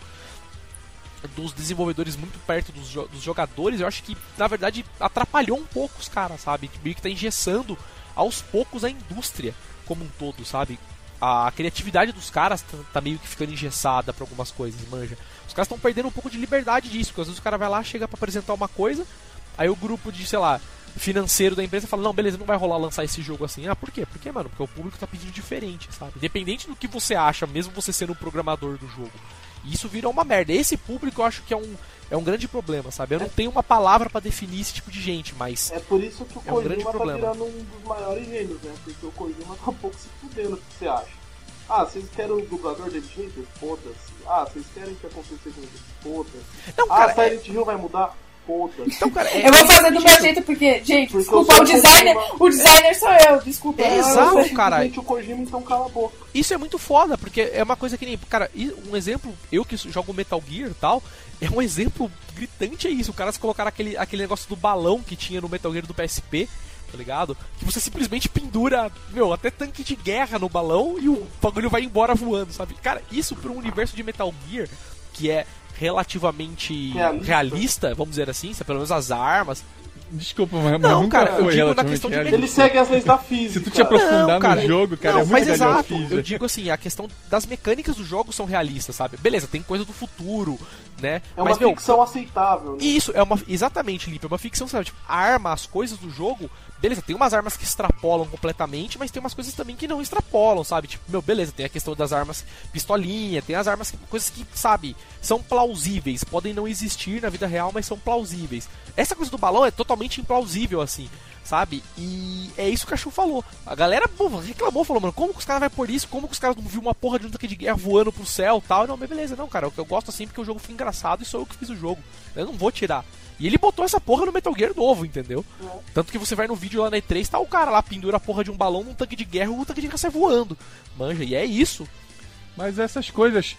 dos desenvolvedores muito perto dos jogadores, eu acho que, na verdade, atrapalhou um pouco os caras, sabe? Meio que tá engessando aos poucos a indústria como um todo, sabe? A criatividade dos caras tá meio que ficando engessada pra algumas coisas, manja. Os caras estão perdendo um pouco de liberdade disso, porque às vezes o cara vai lá, chega pra apresentar uma coisa, aí o grupo de, sei lá, financeiro da empresa fala, não, beleza, não vai rolar lançar esse jogo assim. Ah, por quê? Porque, mano, porque o público tá pedindo diferente, sabe? Independente do que você acha, mesmo você sendo o programador do jogo. E isso vira uma merda. Esse público eu acho que é um grande problema, sabe? Eu não tenho uma palavra pra definir esse tipo de gente, mas... É por isso que o é um grande Kojima tá problema. virando um dos maiores gênios, né? Porque o Kojima tá um pouco se fudendo, o que você acha? Ah, vocês querem o dublador dele jeito? Foda-se. Ah, vocês querem que aconteça com isso? Foda-se. Não, cara, Silent Hill vai mudar? Foda-se. Então, cara, eu vou fazer do meu jeito porque, gente, desculpa, o designer sou eu, desculpa. Exato, cara. Gente, o Kojima, então cala a boca. Isso é muito foda, porque é uma coisa que nem... Cara, um exemplo, eu que jogo Metal Gear e tal, é um exemplo gritante é isso. Os caras colocaram aquele negócio do balão que tinha no Metal Gear do PSP, tá ligado? Que você simplesmente pendura, até tanque de guerra no balão e o bagulho vai embora voando, sabe? Cara, isso pra um universo de Metal Gear, que é relativamente realista, vamos dizer assim, pelo menos as armas... Desculpa, mas não, nunca cara, eu digo na questão de Ele segue as leis da física. Se tu te aprofundar no jogo, cara, é muito legal. Eu digo assim, a questão das mecânicas do jogo são realistas, sabe? Beleza, tem coisa do futuro, né? É uma ficção aceitável, né? Isso, exatamente, Lipe, é uma ficção, sabe? Tipo, a arma, as coisas do jogo, beleza, tem umas armas que extrapolam completamente, mas tem umas coisas também que não extrapolam, sabe? Tipo, beleza, tem a questão das armas pistolinha, tem as armas, coisas que, sabe, são plausíveis, podem não existir na vida real, mas são plausíveis. Essa coisa do balão é totalmente implausível, assim, sabe? E é isso que a Chu falou. A galera, reclamou, falou, mano, como que os caras vão por isso? Como que os caras não viram uma porra de um tanque de guerra voando pro céu e tal? Não, mas beleza, não, cara, eu gosto assim porque o jogo foi engraçado e sou eu que fiz o jogo. Eu não vou tirar. E ele botou essa porra no Metal Gear novo, entendeu? Tanto que você vai no vídeo lá na E3, tá o cara lá, pendura a porra de um balão num tanque de guerra e o tanque de guerra sai voando. Manja, e é isso. Mas essas coisas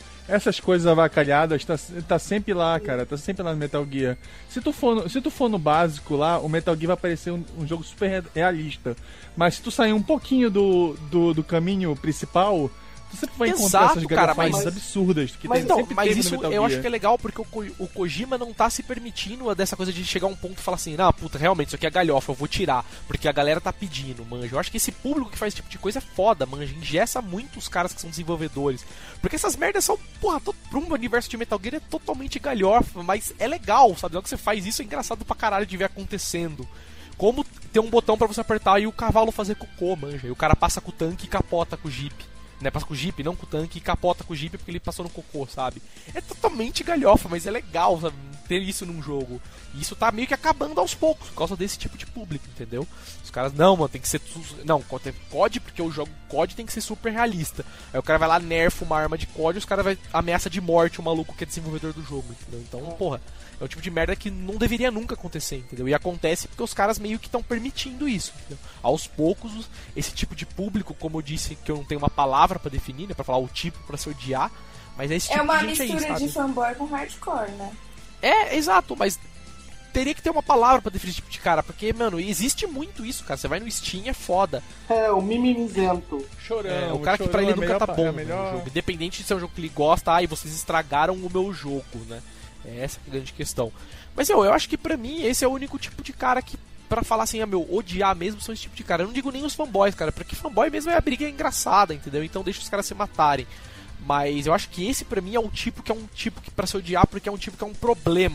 avacalhadas tá sempre lá, cara. Tá sempre lá no Metal Gear. Se tu for no básico lá, o Metal Gear vai parecer um jogo super realista. Mas se tu sair um pouquinho do caminho principal, tu sempre vai encontrar essas galhofadas absurdas que tem sempre mas teve isso no Metal eu Gear. acho que é legal porque o Kojima não tá se permitindo dessa coisa de chegar a um ponto e falar assim, não, puta, realmente, isso aqui é galhofa, eu vou tirar, porque a galera tá pedindo, manja. Eu acho que esse público que faz esse tipo de coisa é foda, manja, engessa muito os caras que são desenvolvedores. Porque essas merdas são, porra, pra um universo de Metal Gear é totalmente galhofa, mas é legal, sabe? Logo que você faz isso é engraçado pra caralho de ver acontecendo. Como ter um botão pra você apertar e o cavalo fazer cocô, manja. E o cara passa com o tanque e capota com o Jeep. Né, passa com o Jeep, não com o tanque, e capota com o Jeep porque ele passou no cocô, sabe? É totalmente galhofa, mas é legal, sabe, ter isso num jogo. E isso tá meio que acabando aos poucos por causa desse tipo de público, entendeu? Os caras, não, mano, tem que ser... Não, COD, porque o jogo COD tem que ser super realista. Aí o cara vai lá, nerfa uma arma de COD e os caras vai ameaça de morte o maluco que é desenvolvedor do jogo, entendeu? Então, porra, é o tipo de merda que não deveria nunca acontecer, entendeu? E acontece porque os caras meio que estão permitindo isso, entendeu? Aos poucos, esse tipo de público, como eu disse, que eu não tenho uma palavra pra definir, né? Pra falar o tipo pra se odiar, mas é esse tipo de gente aí, sabe? É uma mistura de fanboy com hardcore, né? É, exato, mas teria que ter uma palavra pra definir esse tipo de cara, porque, mano, existe muito isso, cara. Você vai no Steam, é foda. É, o mimimizento. Chorão. O cara que pra ele nunca tá bom no jogo. Independente de ser um jogo que ele gosta, e vocês estragaram o meu jogo, né? É essa a grande questão. Mas eu acho que pra mim esse é o único tipo de cara que, pra falar assim, odiar mesmo são esse tipo de cara. Eu não digo nem os fanboys, cara, porque fanboy mesmo é a briga engraçada, entendeu? Então deixa os caras se matarem. Mas eu acho que esse pra mim é um tipo que pra se odiar, porque é um tipo que é um problema,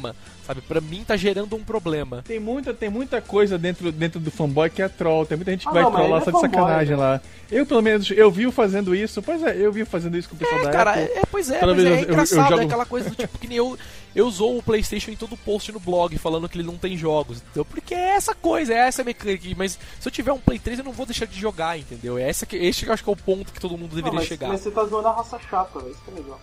Sabe, pra mim tá gerando um problema. Tem muita coisa dentro do fanboy que é troll. Tem muita gente que vai não, mas trollar ele só é de fanboy, sacanagem né? lá. Eu, pelo menos, eu vi fazendo isso. Pois é, eu vi fazendo isso com o pessoal da Cara, Apple. pois é, Toda mas vez é eu engraçado, jogo- é aquela coisa do tipo que nem eu usou o PlayStation em todo post no blog falando que ele não tem jogos, entendeu? Porque é essa coisa, é essa mecânica, mas se eu tiver um Play 3 eu não vou deixar de jogar, entendeu? Esse eu acho que é o ponto que todo mundo deveria chegar. Mas você tá zoando a raça chata, velho. Isso que é legal.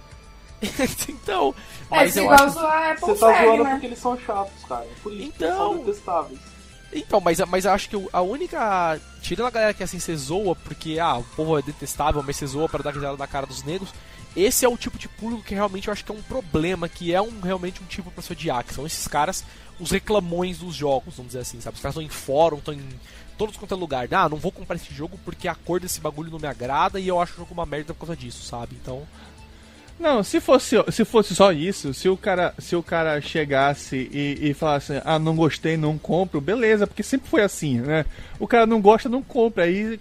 Então, É, mas você eu igual acho... zoar a Apple Você tá Fag, zoando né? porque eles são chatos, cara. É por isso que eles Então. são detestáveis. Então, mas eu acho que a única... Tirando a galera que assim, você zoa porque, o povo é detestável, mas você zoa pra dar risada na cara dos negros, esse é o tipo de público que realmente eu acho que é um problema, que é realmente um tipo pra se odiar, que são esses caras, os reclamões dos jogos, vamos dizer assim, sabe? Os caras estão em fórum, estão em todos quanto é lugar. Não vou comprar esse jogo porque a cor desse bagulho não me agrada e eu acho o jogo uma merda por causa disso, sabe? Então... Não, se fosse só isso, se o cara chegasse e falasse, não gostei, não compro, beleza, porque sempre foi assim, né? O cara não gosta, não compra. Aí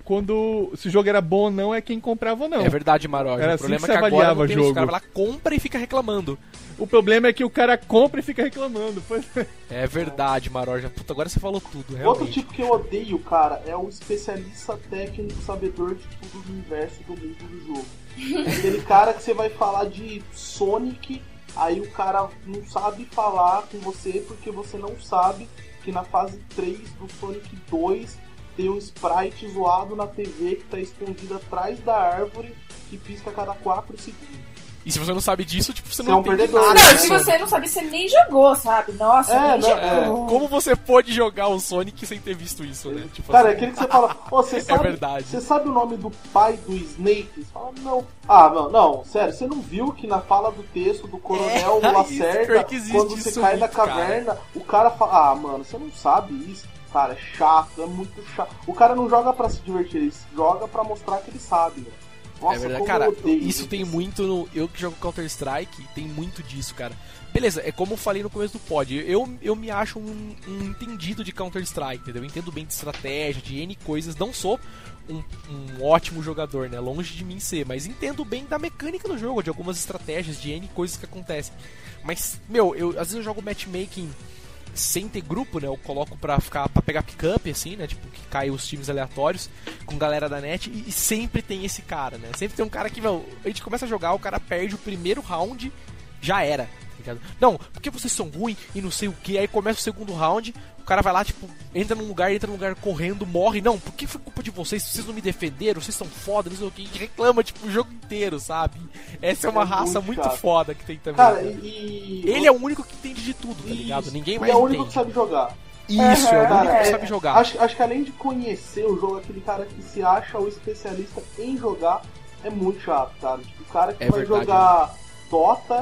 se o jogo era bom ou não, é quem comprava ou não. É verdade, Maroja. Era O assim problema que é você que agora avaliava não tem jogo. isso. O cara vai lá, compra e fica reclamando. O problema é que o cara compra e fica reclamando. Pois é. É verdade, Maroja. Puta, agora você falou tudo, realmente. Outro tipo que eu odeio, cara, é o especialista técnico sabedor de tudo do universo do mundo do jogo. Aquele cara que você vai falar de Sonic, aí o cara não sabe falar com você porque você não sabe que na fase 3 do Sonic 2 tem um sprite zoado na TV que tá escondido atrás da árvore que pisca a cada 4 segundos. E se você não sabe disso, tipo, você Você não é um entende perdedor, nada. né? Não, de se Sonic. você não sabe, você nem jogou, sabe? Nossa, nem jogou. Como você pode jogar o Sonic sem ter visto isso, né? Tipo Cara, é assim, aquele que você fala, você sabe, verdade. Você sabe o nome do pai do Snake? Você fala, não. Não, sério, você não viu que na fala do texto do Coronel isso, Lacerda, pior que existe quando você isso cai na muito, cara. caverna, o cara fala, mano, você não sabe isso? Cara, é chato, é muito chato. O cara não joga pra se divertir, ele joga pra mostrar que ele sabe, velho. Nossa, é verdade, como cara, eu odeio isso tem muito eu que jogo Counter-Strike, tem muito disso, cara. Beleza, é como eu falei no começo do pod, eu me acho um entendido de Counter-Strike, entendeu? Eu entendo bem de estratégia, de N coisas, não sou um ótimo jogador, né? Longe de mim ser, mas entendo bem da mecânica do jogo, de algumas estratégias, de N coisas que acontecem. Mas, às vezes eu jogo matchmaking sem ter grupo, né? Eu coloco pra pegar pick-up, assim, né? Tipo, que cai os times aleatórios com galera da net e sempre tem esse cara, né? Sempre tem um cara que, a gente começa a jogar, o cara perde o primeiro round, já era, tá ligado? Não, porque vocês são ruins e não sei o que, aí começa o segundo round, o cara vai lá, tipo, entra num lugar correndo, morre, não, por que foi culpa de vocês não me defenderam, vocês são foda, não sei o que, e reclama, tipo, o jogo inteiro, sabe? Essa é uma raça muito chato. foda que tem também. Cara, né? e... Ele é o único que entende de tudo, tá ligado? Isso, Ninguém e mais é o único entende. que sabe jogar. Isso, é o Cara, único que sabe jogar. Acho que além de conhecer o jogo, aquele cara que se acha o especialista em jogar é muito chato, cara. Tipo, o cara que É vai verdade, jogar Dota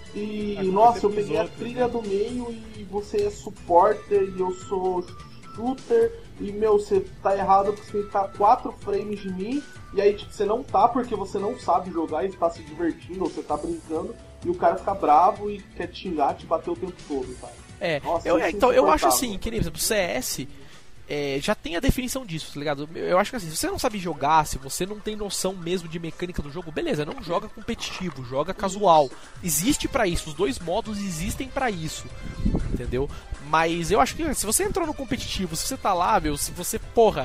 e, nossa, eu pros peguei a outros, trilha né? do meio e você é supporter e eu sou shooter e, você tá errado porque você tem que ficar 4 frames de mim e aí, tipo, você não tá porque você não sabe jogar e tá se divertindo ou você tá brincando e o cara fica bravo e quer te xingar, te bater o tempo todo, cara. Nossa, Então eu acho insuportável. assim, que nem, por exemplo, o CS já tem a definição disso, tá ligado? Eu acho que assim, se você não sabe jogar, se você não tem noção mesmo de mecânica do jogo, beleza, não joga competitivo, joga casual. Existe pra isso, os dois modos existem pra isso, entendeu? Mas eu acho que se você entrou no competitivo, se você tá lá, se você,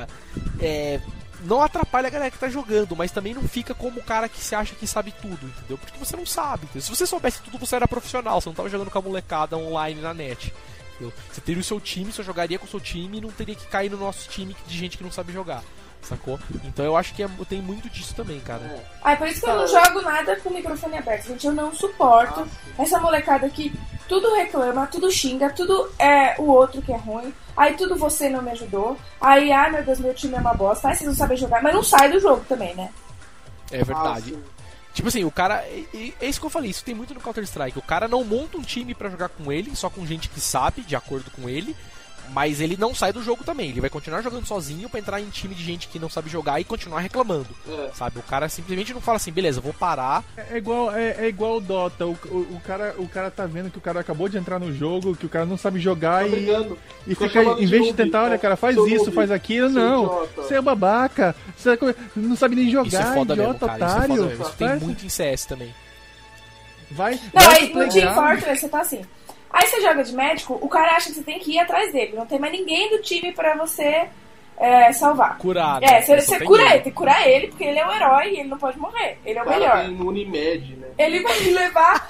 não atrapalha a galera que tá jogando, mas também não fica como o cara que se acha que sabe tudo, entendeu? Porque você não sabe, entendeu? Se você soubesse tudo, você era profissional, você não tava jogando com a molecada online na net, entendeu? Você teria o seu time, você jogaria com o seu time e não teria que cair no nosso time de gente que não sabe jogar, sacou? Então eu acho que tem muito disso também, cara. Por isso que eu não jogo nada com o microfone aberto, gente. Eu não suporto essa molecada que tudo reclama, tudo xinga, tudo é o outro que é ruim. Aí tudo você não me ajudou. Aí, meu Deus, meu time é uma bosta. Aí vocês não sabem jogar, mas não sai do jogo também, né? É verdade. Tipo assim, o cara... É isso que eu falei, isso tem muito no Counter-Strike. O cara não monta um time pra jogar com ele, só com gente que sabe, de acordo com ele. Mas ele não sai do jogo também. Ele vai continuar jogando sozinho pra entrar em time de gente que não sabe jogar e continuar reclamando. Sabe? O cara simplesmente não fala assim, beleza, vou parar. É igual o Dota. O cara tá vendo que o cara acabou de entrar no jogo, que o cara não sabe jogar e fica, em vez de tentar, olha, cara, faz isso, faz aquilo, não. Você é babaca, você não sabe nem jogar, Isso é foda idiota, mesmo, cara. otário. Isso é foda mesmo. Isso tem muito em CS também. Vai Não, pro aí no Team playground. Fortress você tá assim. Aí você joga de médico, o cara acha que você tem que ir atrás dele. Não tem mais ninguém do time pra você salvar. Curar, né? Você cura ele, tem que curar ele, porque ele é o herói e ele não pode morrer. Ele é o melhor. Tem Unimed, né? Ele vai levar...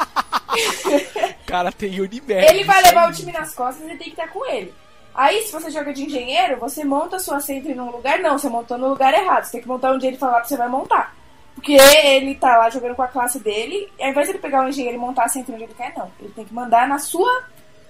O cara tem Unimed. Ele vai levar o time nas costas e tem que estar com ele. Aí, se você joga de engenheiro, você monta a sua sentry num lugar. Não, você montou no lugar errado. Você tem que montar onde ele falar pra você vai montar. Porque ele tá lá jogando com a classe dele. E ao invés de ele pegar o engenheiro e montar a sentry onde ele quer, não. Ele tem que mandar na sua...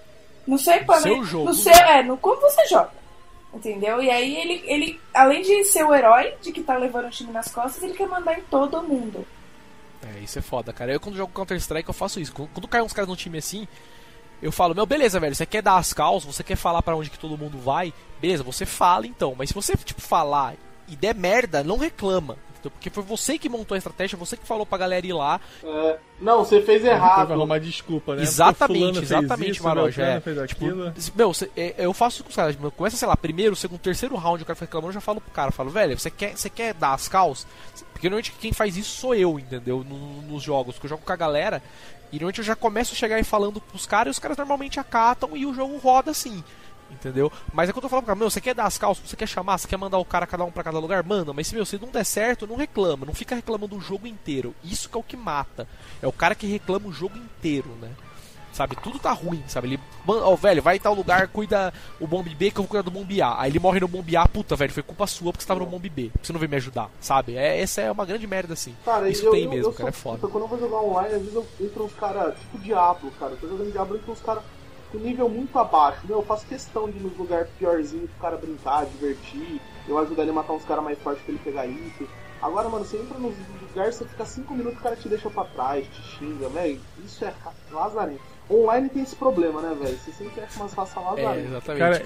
No seu equipamento. Seu jogo. No seu, no como você joga. Entendeu? E aí, ele além de ser o herói, de que tá levando o time nas costas, ele quer mandar em todo mundo. Isso é foda, cara. Eu quando jogo Counter-Strike eu faço isso. Quando cai uns caras num time assim, eu falo, beleza, velho, você quer dar as calls, você quer falar pra onde que todo mundo vai, beleza, você fala então. Mas se você, falar e der merda, não reclama. Porque foi você que montou a estratégia, você que falou pra galera ir lá. Não, você fez errado. Vai arrumar desculpa, né? Exatamente, Maroja. Tipo, eu faço isso com os caras. Começa, sei lá, primeiro, segundo, terceiro round, o cara fica reclamando, eu já falo pro cara, velho, você quer dar as calls? Porque normalmente quem faz isso sou eu, entendeu? Nos jogos, que eu jogo com a galera, e normalmente eu já começo a chegar e falando pros caras, e os caras normalmente acatam e o jogo roda assim. Entendeu? Mas é quando eu falo pro cara, você quer dar as calças, você quer chamar, você quer mandar o cara cada um pra cada lugar? Manda, mas se não der certo, não reclama, não fica reclamando o jogo inteiro. Isso que é o que mata. É o cara que reclama o jogo inteiro, né? Sabe, tudo tá ruim, sabe? Ele, velho, vai em tal lugar, cuida o bomb B que eu vou cuidar do bomb A. Aí ele morre no bomb A, puta, velho, foi culpa sua porque você tava no bomb B. Você não veio me ajudar, sabe? Essa é uma grande merda, assim. Cara, isso tem mesmo, cara, é foda. Quando eu vou jogar online, às vezes eu entro uns caras, tipo Diablo, cara. Eu tô jogando Diablo e entro uns caras com nível muito abaixo. Eu faço questão de ir nos lugares piorzinhos pro cara brincar, divertir. Eu ajudar ele a matar uns caras mais fortes pra ele pegar isso. Agora, mano, você entra nos lugares, você fica 5 minutos, o cara te deixa pra trás, te xinga, velho. Isso é lazarento. Online tem esse problema, né, velho? Você sempre acha umas raças lazarentas. Exatamente. Cara,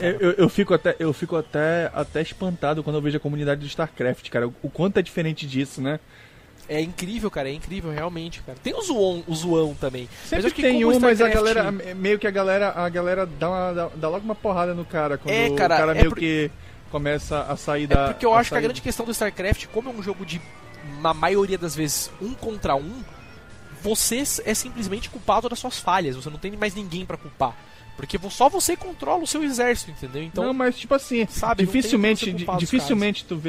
eu fico até espantado quando eu vejo a comunidade do StarCraft, cara. O quanto é diferente disso, né? É incrível, cara, é incrível, realmente, cara. Tem o zoão também. Sempre tem mas a galera, meio que a galera dá logo uma porrada no cara, quando o cara meio que começa a sair da... porque eu acho que a grande questão do StarCraft, como é um jogo de, na maioria das vezes, 1 contra 1, você é simplesmente culpado das suas falhas, você não tem mais ninguém pra culpar. Porque só você controla o seu exército, entendeu? Então, não, mas tipo assim, sabe, dificilmente tu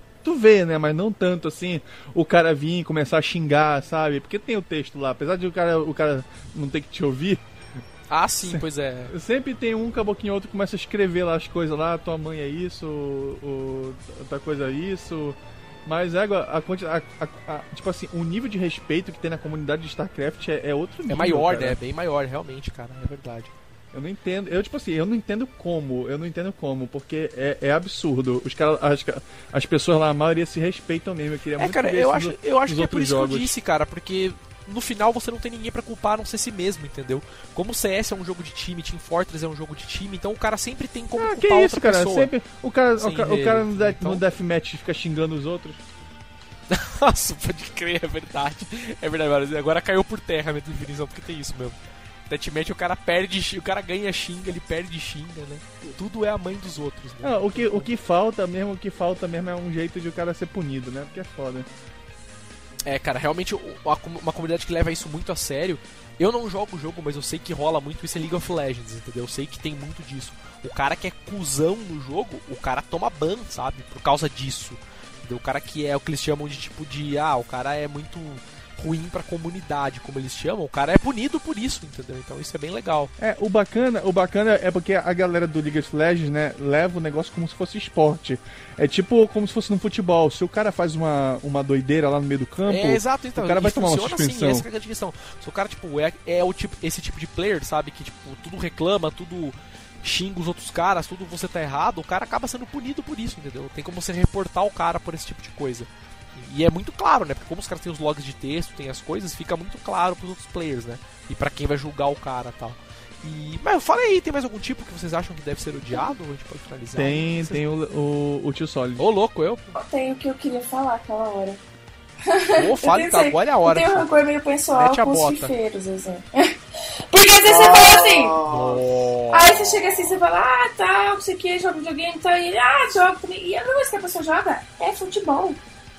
vê, né, mas não tanto assim, o cara vir e começar a xingar, sabe? Porque tem o texto lá, apesar de o cara não ter que te ouvir. Ah, sim, pois é. Sempre tem um caboquinho outro que começa a escrever lá as coisas lá, tua mãe é isso, outra coisa é isso. Mas tipo assim, o nível de respeito que tem na comunidade de StarCraft é outro nível. É maior, cara. né? É bem maior, realmente, cara, é verdade. Eu não entendo, eu não entendo como, porque é absurdo. As pessoas lá, a maioria se respeitam mesmo. Eu queria muito cara, ver eu acho que é por isso jogos. Que eu disse, cara, porque no final você não tem ninguém pra culpar a não ser si mesmo, entendeu? Como o CS é um jogo de time, Team Fortress é um jogo de time, então o cara sempre tem como culpar que isso, outra cara? pessoa. Sempre, o cara no Deathmatch fica xingando os outros. Nossa, pode crer, é verdade. É verdade, mas agora caiu por terra a minha definição, porque tem isso mesmo. Deathmatch o cara ganha xinga, ele perde xinga, né? Tudo é a mãe dos outros, né? Não, o que falta mesmo é um jeito de o cara ser punido, né? Porque é foda. Cara, realmente uma comunidade que leva isso muito a sério. Eu não jogo o jogo, mas eu sei que rola muito isso em League of Legends, entendeu? Eu sei que tem muito disso. O cara que é cuzão no jogo, o cara toma ban, sabe? Por causa disso. Entendeu? O cara que é o que eles chamam de tipo de... o cara é muito ruim pra comunidade, como eles chamam, o cara é punido por isso, entendeu? Então isso é bem legal. O bacana é porque a galera do League of Legends, né, leva o negócio como se fosse esporte. É tipo como se fosse no futebol. Se o cara faz uma doideira lá no meio do campo, exato, então, o cara vai tomar uma suspensão. Assim, essa é a grande questão. Se o cara, tipo, esse tipo de player, sabe, que, tipo, tudo reclama, tudo xinga os outros caras, tudo você tá errado, o cara acaba sendo punido por isso, entendeu? Tem como você reportar o cara por esse tipo de coisa. E é muito claro, né? Porque como os caras têm os logs de texto, tem as coisas, fica muito claro pros outros players, né? E pra quem vai julgar o cara e tal. Mas fala aí, tem mais algum tipo que vocês acham que deve ser odiado? Ou a gente pode finalizar? Tem o tio Solid. Ô, louco, eu? Tem o que eu queria falar aquela hora. Fale, tá, agora é a hora. Tem um rancor meio pessoal com os bota. fifeiros, assim. Porque às vezes você fala assim... Aí você chega assim, você fala, tal, não sei o que, joga videogame, tal, e ele, joga também. E a única coisa que a pessoa joga é futebol.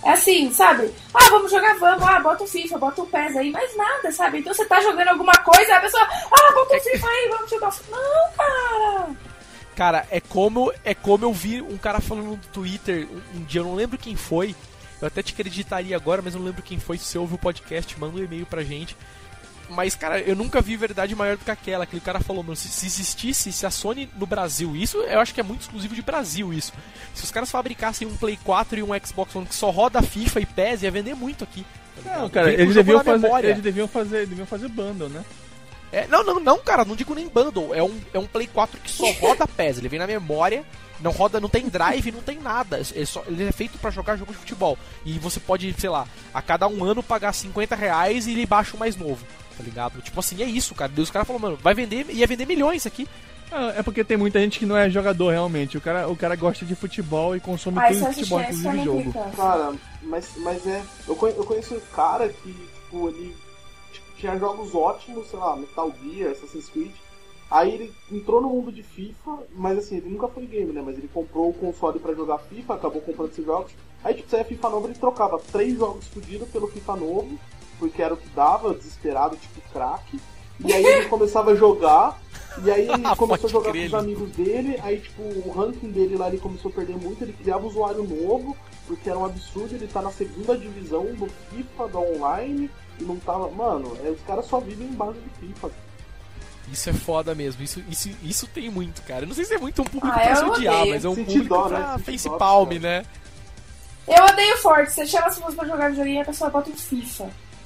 É assim, sabe? Vamos jogar, bota o FIFA, bota o PES aí, mais nada, sabe? Então você tá jogando alguma coisa, a pessoa, bota o FIFA aí, vamos jogar o FIFA. Não, cara! Cara, é como eu vi um cara falando no Twitter um dia, eu não lembro quem foi, eu até te acreditaria agora, mas eu não lembro quem foi. Se você ouve o podcast, manda um e-mail pra gente. Mas, cara, eu nunca vi verdade maior do que aquela. Aquele cara falou, mano, se existisse, se a Sony no Brasil, isso eu acho que é muito exclusivo de Brasil, isso. Se os caras fabricassem um Play 4 e um Xbox One que só roda FIFA e PES, ia vender muito aqui. Não, cara, eles deviam fazer bundle, né? Não, cara, não digo nem bundle. É um Play 4 que só roda PES. Ele vem na memória, não roda, não tem drive, não tem nada. Ele é feito pra jogar jogo de futebol. E você pode, sei lá, a cada um ano pagar R$50 e ele baixa o mais novo. Tá ligado? Tipo assim, é isso, cara. Os caras falaram, mano, vai vender, ia vender milhões aqui. É porque tem muita gente que não é jogador realmente. O cara gosta de futebol e consome tudo de futebol, inclusive jogo. Cara, mas é. Eu conheço um cara que, tipo, ele tinha jogos ótimos, sei lá, Metal Gear, Assassin's Creed. Aí ele entrou no mundo de FIFA, mas assim, ele nunca foi gamer, né? Mas ele comprou o console pra jogar FIFA, acabou comprando esses jogos. Aí, tipo, saia FIFA novo, ele trocava 3 jogos fodidos pelo FIFA novo, porque era o que dava, desesperado, tipo crack. E aí ele começava a jogar, e aí ele começou a jogar com os amigos dele, aí tipo, o ranking dele lá ele começou a perder muito, ele criava usuário novo, porque era um absurdo, ele tá na 2ª divisão do FIFA, da online, e não tava... Mano, os caras só vivem em base de FIFA. Isso é foda mesmo, isso tem muito, cara. Eu não sei se é muito um público pra se odiar, mas é um público pra facepalm, né? Eu odeio forte, você chama as pessoas pra jogar videogame e a pessoa bota um FIFA.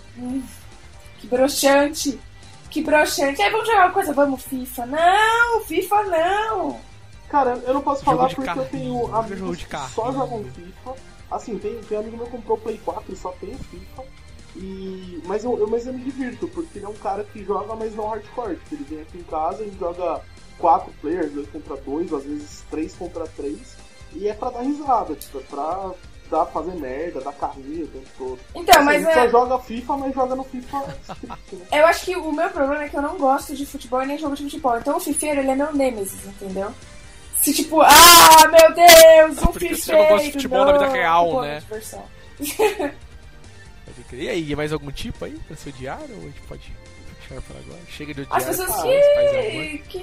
Que broxante. Que broxante. Aí vamos jogar uma coisa, vamos FIFA. Não, FIFA não. Cara, eu não posso falar porque eu tenho amigos que só jogam FIFA. Assim, tem amigo meu que comprou Play 4 e só tem FIFA. Mas eu me divirto, porque ele é um cara que joga, mas não hardcore. Tipo, ele vem aqui em casa e joga 4 players, 2 contra 2, às vezes 3 contra 3. E é pra dar risada, tipo, é pra fazer merda, dar carrinho o tempo todo. Então, assim, mas ele só joga FIFA, mas joga no FIFA script, né? Eu acho que o meu problema é que eu não gosto de futebol e nem jogo de futebol. Então o fifeiro, ele é meu nêmesis, entendeu? Se tipo, meu Deus, um porque fifeiro. você não gosta de futebol na vida real, né? E aí, mais algum tipo aí pra se odiar? Ou a gente pode fechar para agora? Chega de odiar. As pessoas que...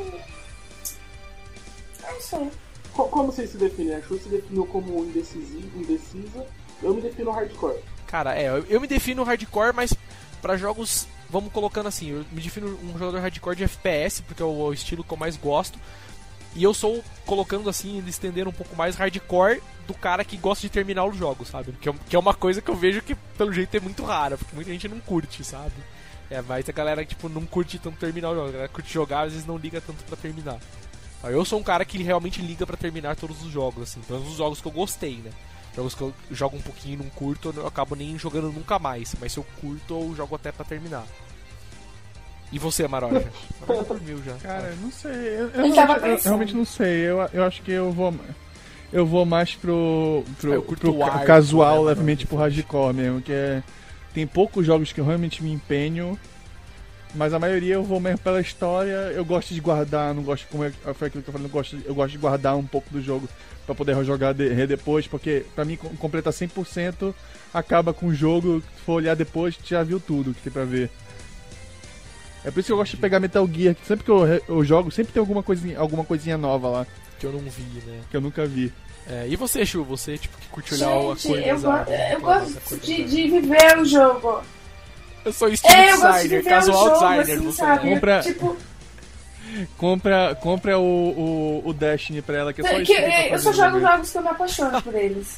Não sei. Como vocês se definem? A Chu se definiu como indecisa. Eu me defino hardcore. Cara, eu me defino hardcore, mas pra jogos, vamos colocando assim, eu me defino um jogador hardcore de FPS, porque é o estilo que eu mais gosto. E eu sou, colocando assim, estendendo um pouco mais, hardcore do cara que gosta de terminar os jogos, sabe? Que é uma coisa que eu vejo que, pelo jeito, é muito rara, porque muita gente não curte, sabe? Mas a galera, tipo, não curte tanto terminar o jogo. A galera curte jogar, às vezes não liga tanto pra terminar. Eu sou um cara que realmente liga pra terminar todos os jogos, assim, todos os jogos que eu gostei, né? Jogos que eu jogo um pouquinho e não curto, eu acabo nem jogando nunca mais. Mas se eu curto, eu jogo até pra terminar. E você, Maroja? Eu dormiu já. Cara, eu não sei. Eu realmente não sei. Eu acho que eu vou mais pro casual, né, levemente pro hardcore mesmo. Tem poucos jogos que eu realmente me empenho. Mas a maioria eu vou mesmo pela história. Eu gosto de guardar, não gosto, como foi aquilo que eu falei, eu gosto de guardar um pouco do jogo pra poder jogar depois, porque pra mim completar 100% acaba com o jogo, se for olhar depois, já viu tudo que tem pra ver. É por isso que eu gosto de pegar Metal Gear, que sempre que eu jogo, sempre tem alguma coisinha nova lá. Que eu não vi, né? Que eu nunca vi. E você, Chu? Você tipo, que curte olhar a cor eu gosto de viver o jogo. Eu sou estilo designer, casual designer, assim, você sabe? Compra, tipo... compra o Destiny pra ela, que é só isso. Eu só jogo jogos que eu me apaixono por eles.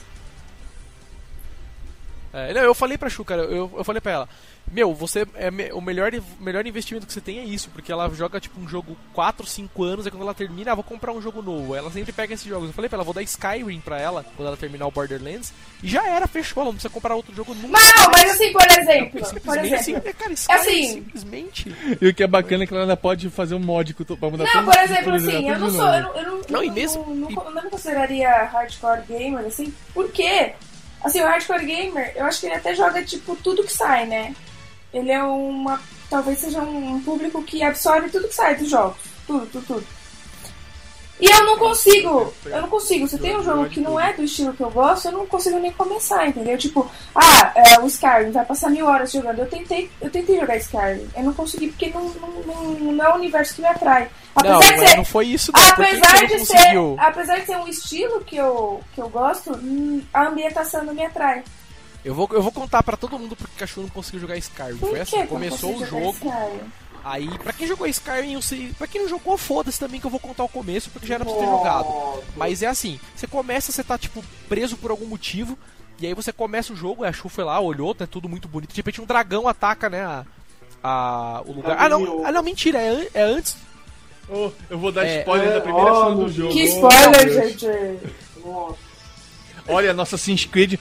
Não, eu falei pra Chu, cara, eu falei pra ela, você o melhor investimento que você tem é isso, porque ela joga tipo um jogo 4, 5 anos, e quando ela termina, vou comprar um jogo novo. Ela sempre pega esses jogos. Eu falei pra ela, vou dar Skyrim pra ela, quando ela terminar o Borderlands, e já era, fechou, ela não precisa comprar outro jogo nunca. Mas assim, por exemplo, cara, Skyrim, simplesmente. E o que é bacana é que ela ainda pode fazer um mod pra mudar tudo. Não, por exemplo, assim, eu não sou, eu não me consideraria hardcore gamer, assim, porque... Assim, o hardcore gamer, eu acho que ele até joga, tipo, tudo que sai, né? Ele é talvez seja um público que absorve tudo que sai dos jogos. Tudo. E eu não consigo. Se tem um jogo que não é do estilo que eu gosto, eu não consigo nem começar, entendeu? Tipo, o Skyrim vai passar 1000 horas jogando. Eu tentei jogar Skyrim. Eu não consegui porque não é o universo que me atrai. Não foi isso não. Apesar de ser um estilo que eu gosto, a ambientação não me atrai. Eu vou contar pra todo mundo porque o cachorro não conseguiu jogar Skyrim. Foi assim, começou o jogo. Aí, pra quem jogou Skyrim, pra quem não jogou, foda-se também que eu vou contar o começo, porque já era pra ter jogado. Mas é assim, você tá, tipo, preso por algum motivo, e aí você começa o jogo, a Chu foi lá, olhou, tá tudo muito bonito. De repente um dragão ataca, né, o lugar. Não, mentira, é antes. Eu vou dar spoiler da primeira cena do jogo. Que spoiler, gente! Nossa. Olha, nossa Assassin's Creed,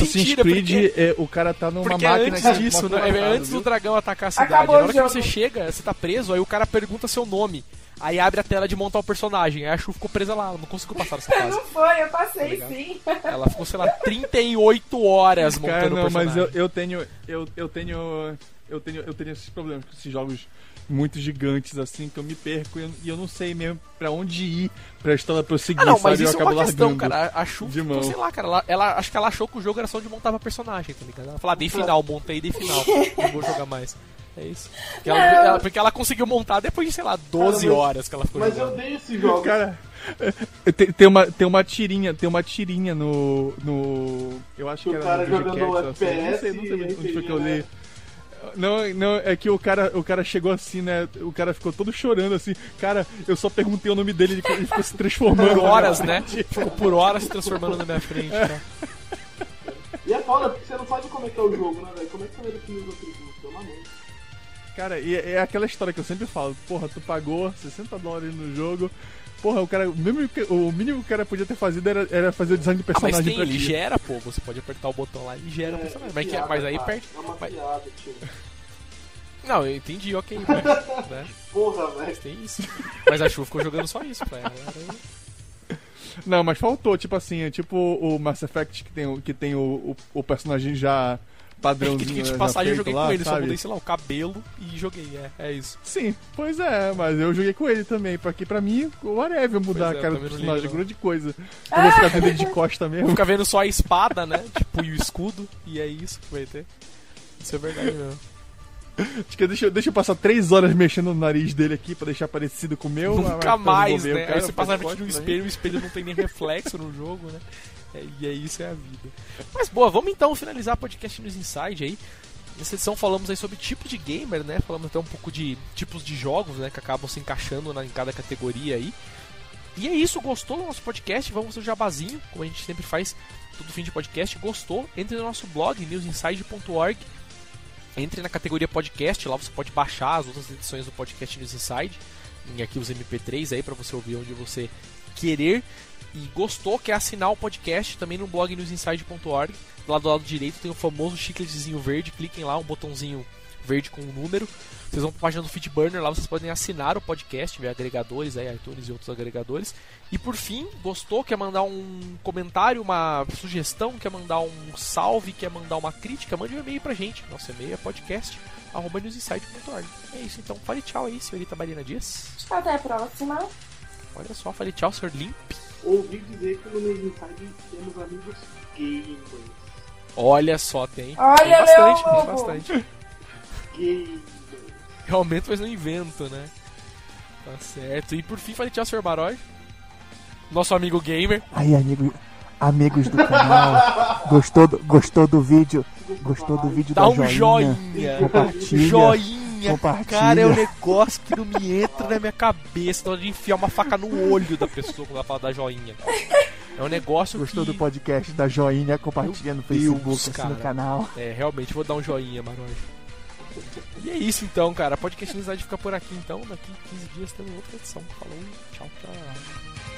o cara tá numa porque máquina antes disso, né? Antes do dragão atacar a cidade. Acabou na hora o que jogo. você chega, você tá preso, aí o cara pergunta seu nome. Aí abre a tela de montar o personagem. Aí a Chu ficou presa lá, ela não conseguiu passar essa fase. Não foi, eu passei sim. Ela ficou, sei lá, 38 horas montando o personagem. Mas eu tenho esses problemas com esses jogos muito gigantes assim, que eu me perco e eu não sei mesmo pra onde ir pra história prosseguir, mas sabe? isso Eu acabo é uma questão, largando cara. A Chu, de mão. sei lá, cara, acho que ela achou que o jogo era só onde montava personagem, tá ligado? Ela falou, dei final, montei, dei final, não vou jogar mais. É isso. Porque ela conseguiu montar depois de, sei lá, 12 horas que ela ficou jogando. Mas eu odeio esse jogo. Cara, tem uma tirinha no eu acho que era cara no jogando Jujutsu, FPS, não sei onde foi que eu né? li. Não, é que o cara chegou assim, né? O cara ficou todo chorando assim. Cara, eu só perguntei o nome dele e ele ficou se transformando. Por horas, né? Ficou por horas se transformando na minha frente, cara. E é foda, porque você não sabe como é que é o jogo, né, velho? Como é que você vai definir os atributos? Eu não lembro. Cara, e é aquela história que eu sempre falo. Porra, tu pagou $60 no jogo. Porra, o cara, o mínimo que o cara podia ter fazido era fazer o design de personagem. Mas ele ti. gera, pô. Você pode apertar o botão lá e gera o personagem. Mas aí perde. É uma piada, tio. Não, eu entendi, ok. Né? Porra, velho. Mas tem isso. Mas a Chu ficou jogando só isso pra ela. Não, mas faltou, tipo assim, é tipo o Mass Effect que tem o personagem já padrãozinho. De já passagem eu feito joguei lá, com ele, sabe? só mudei, sei lá, o cabelo e joguei, é isso. Sim, pois é, mas eu joguei com ele também, porque pra mim, whatever mudar a cara do personagem, grande coisa. Eu vou ficar vendo ele de costa mesmo. Vou ficar vendo só a espada, né? Tipo, e o escudo, e é isso que vai ter. Isso é verdade mesmo. Acho que deixa eu passar 3 horas mexendo no nariz dele aqui pra deixar parecido com o meu. Nunca mais, né? Cara, aí você passa na frente do espelho, o espelho não tem nem reflexo no jogo, né? E é isso, é a vida. Mas boa, vamos então finalizar o podcast News Inside aí. Nessa edição falamos aí sobre tipos de gamer, né? Falamos até um pouco de tipos de jogos, né? Que acabam se encaixando em cada categoria aí. E é isso, gostou do nosso podcast? Vamos no jabazinho, como a gente sempre faz todo fim de podcast. Gostou? Entre no nosso blog, newsinside.org. Entre na categoria podcast, lá você pode baixar as outras edições do podcast News Inside em arquivos MP3 aí para você ouvir onde você querer. E gostou, quer assinar o podcast também no blog newsinside.org. Lá do lado direito tem o famoso chicletezinho verde, cliquem lá, um botãozinho verde com um número. Vocês vão para a página do Feedburner, lá vocês podem assinar o podcast, ver agregadores, aí, iTunes e outros agregadores. E por fim, gostou, quer mandar um comentário, uma sugestão, quer mandar um salve, quer mandar uma crítica, mande um e-mail pra gente. Nosso e-mail é podcast@newsinside.org. É isso então, fale tchau aí, senhorita Marina Dias. Até a próxima. Olha só, fale tchau, senhor Limp. Ouvi dizer que no News Inside temos amigos gamers. Olha só, tem. Olha, bastante, meu tem bastante. Gamers. Realmente faz um invento, né? Tá certo. E por fim, fale tchau, senhor Barói. Nosso amigo gamer. Aí, amigos do canal, gostou do vídeo? Gostou do vídeo Dá da um joinha. Compartilha. Joinha. Compartilha. Cara, é um negócio que não me entra na minha cabeça. Então de enfiar uma faca no olho da pessoa quando ela fala da joinha. É um negócio Gostou que... do podcast? Dá joinha, compartilha no Facebook, Deus, assim, no canal. É, realmente, vou dar um joinha, Barói. E é isso então, cara. Podcast News Inside fica por aqui então. Daqui 15 dias temos outra edição. Falou, tchau, tchau.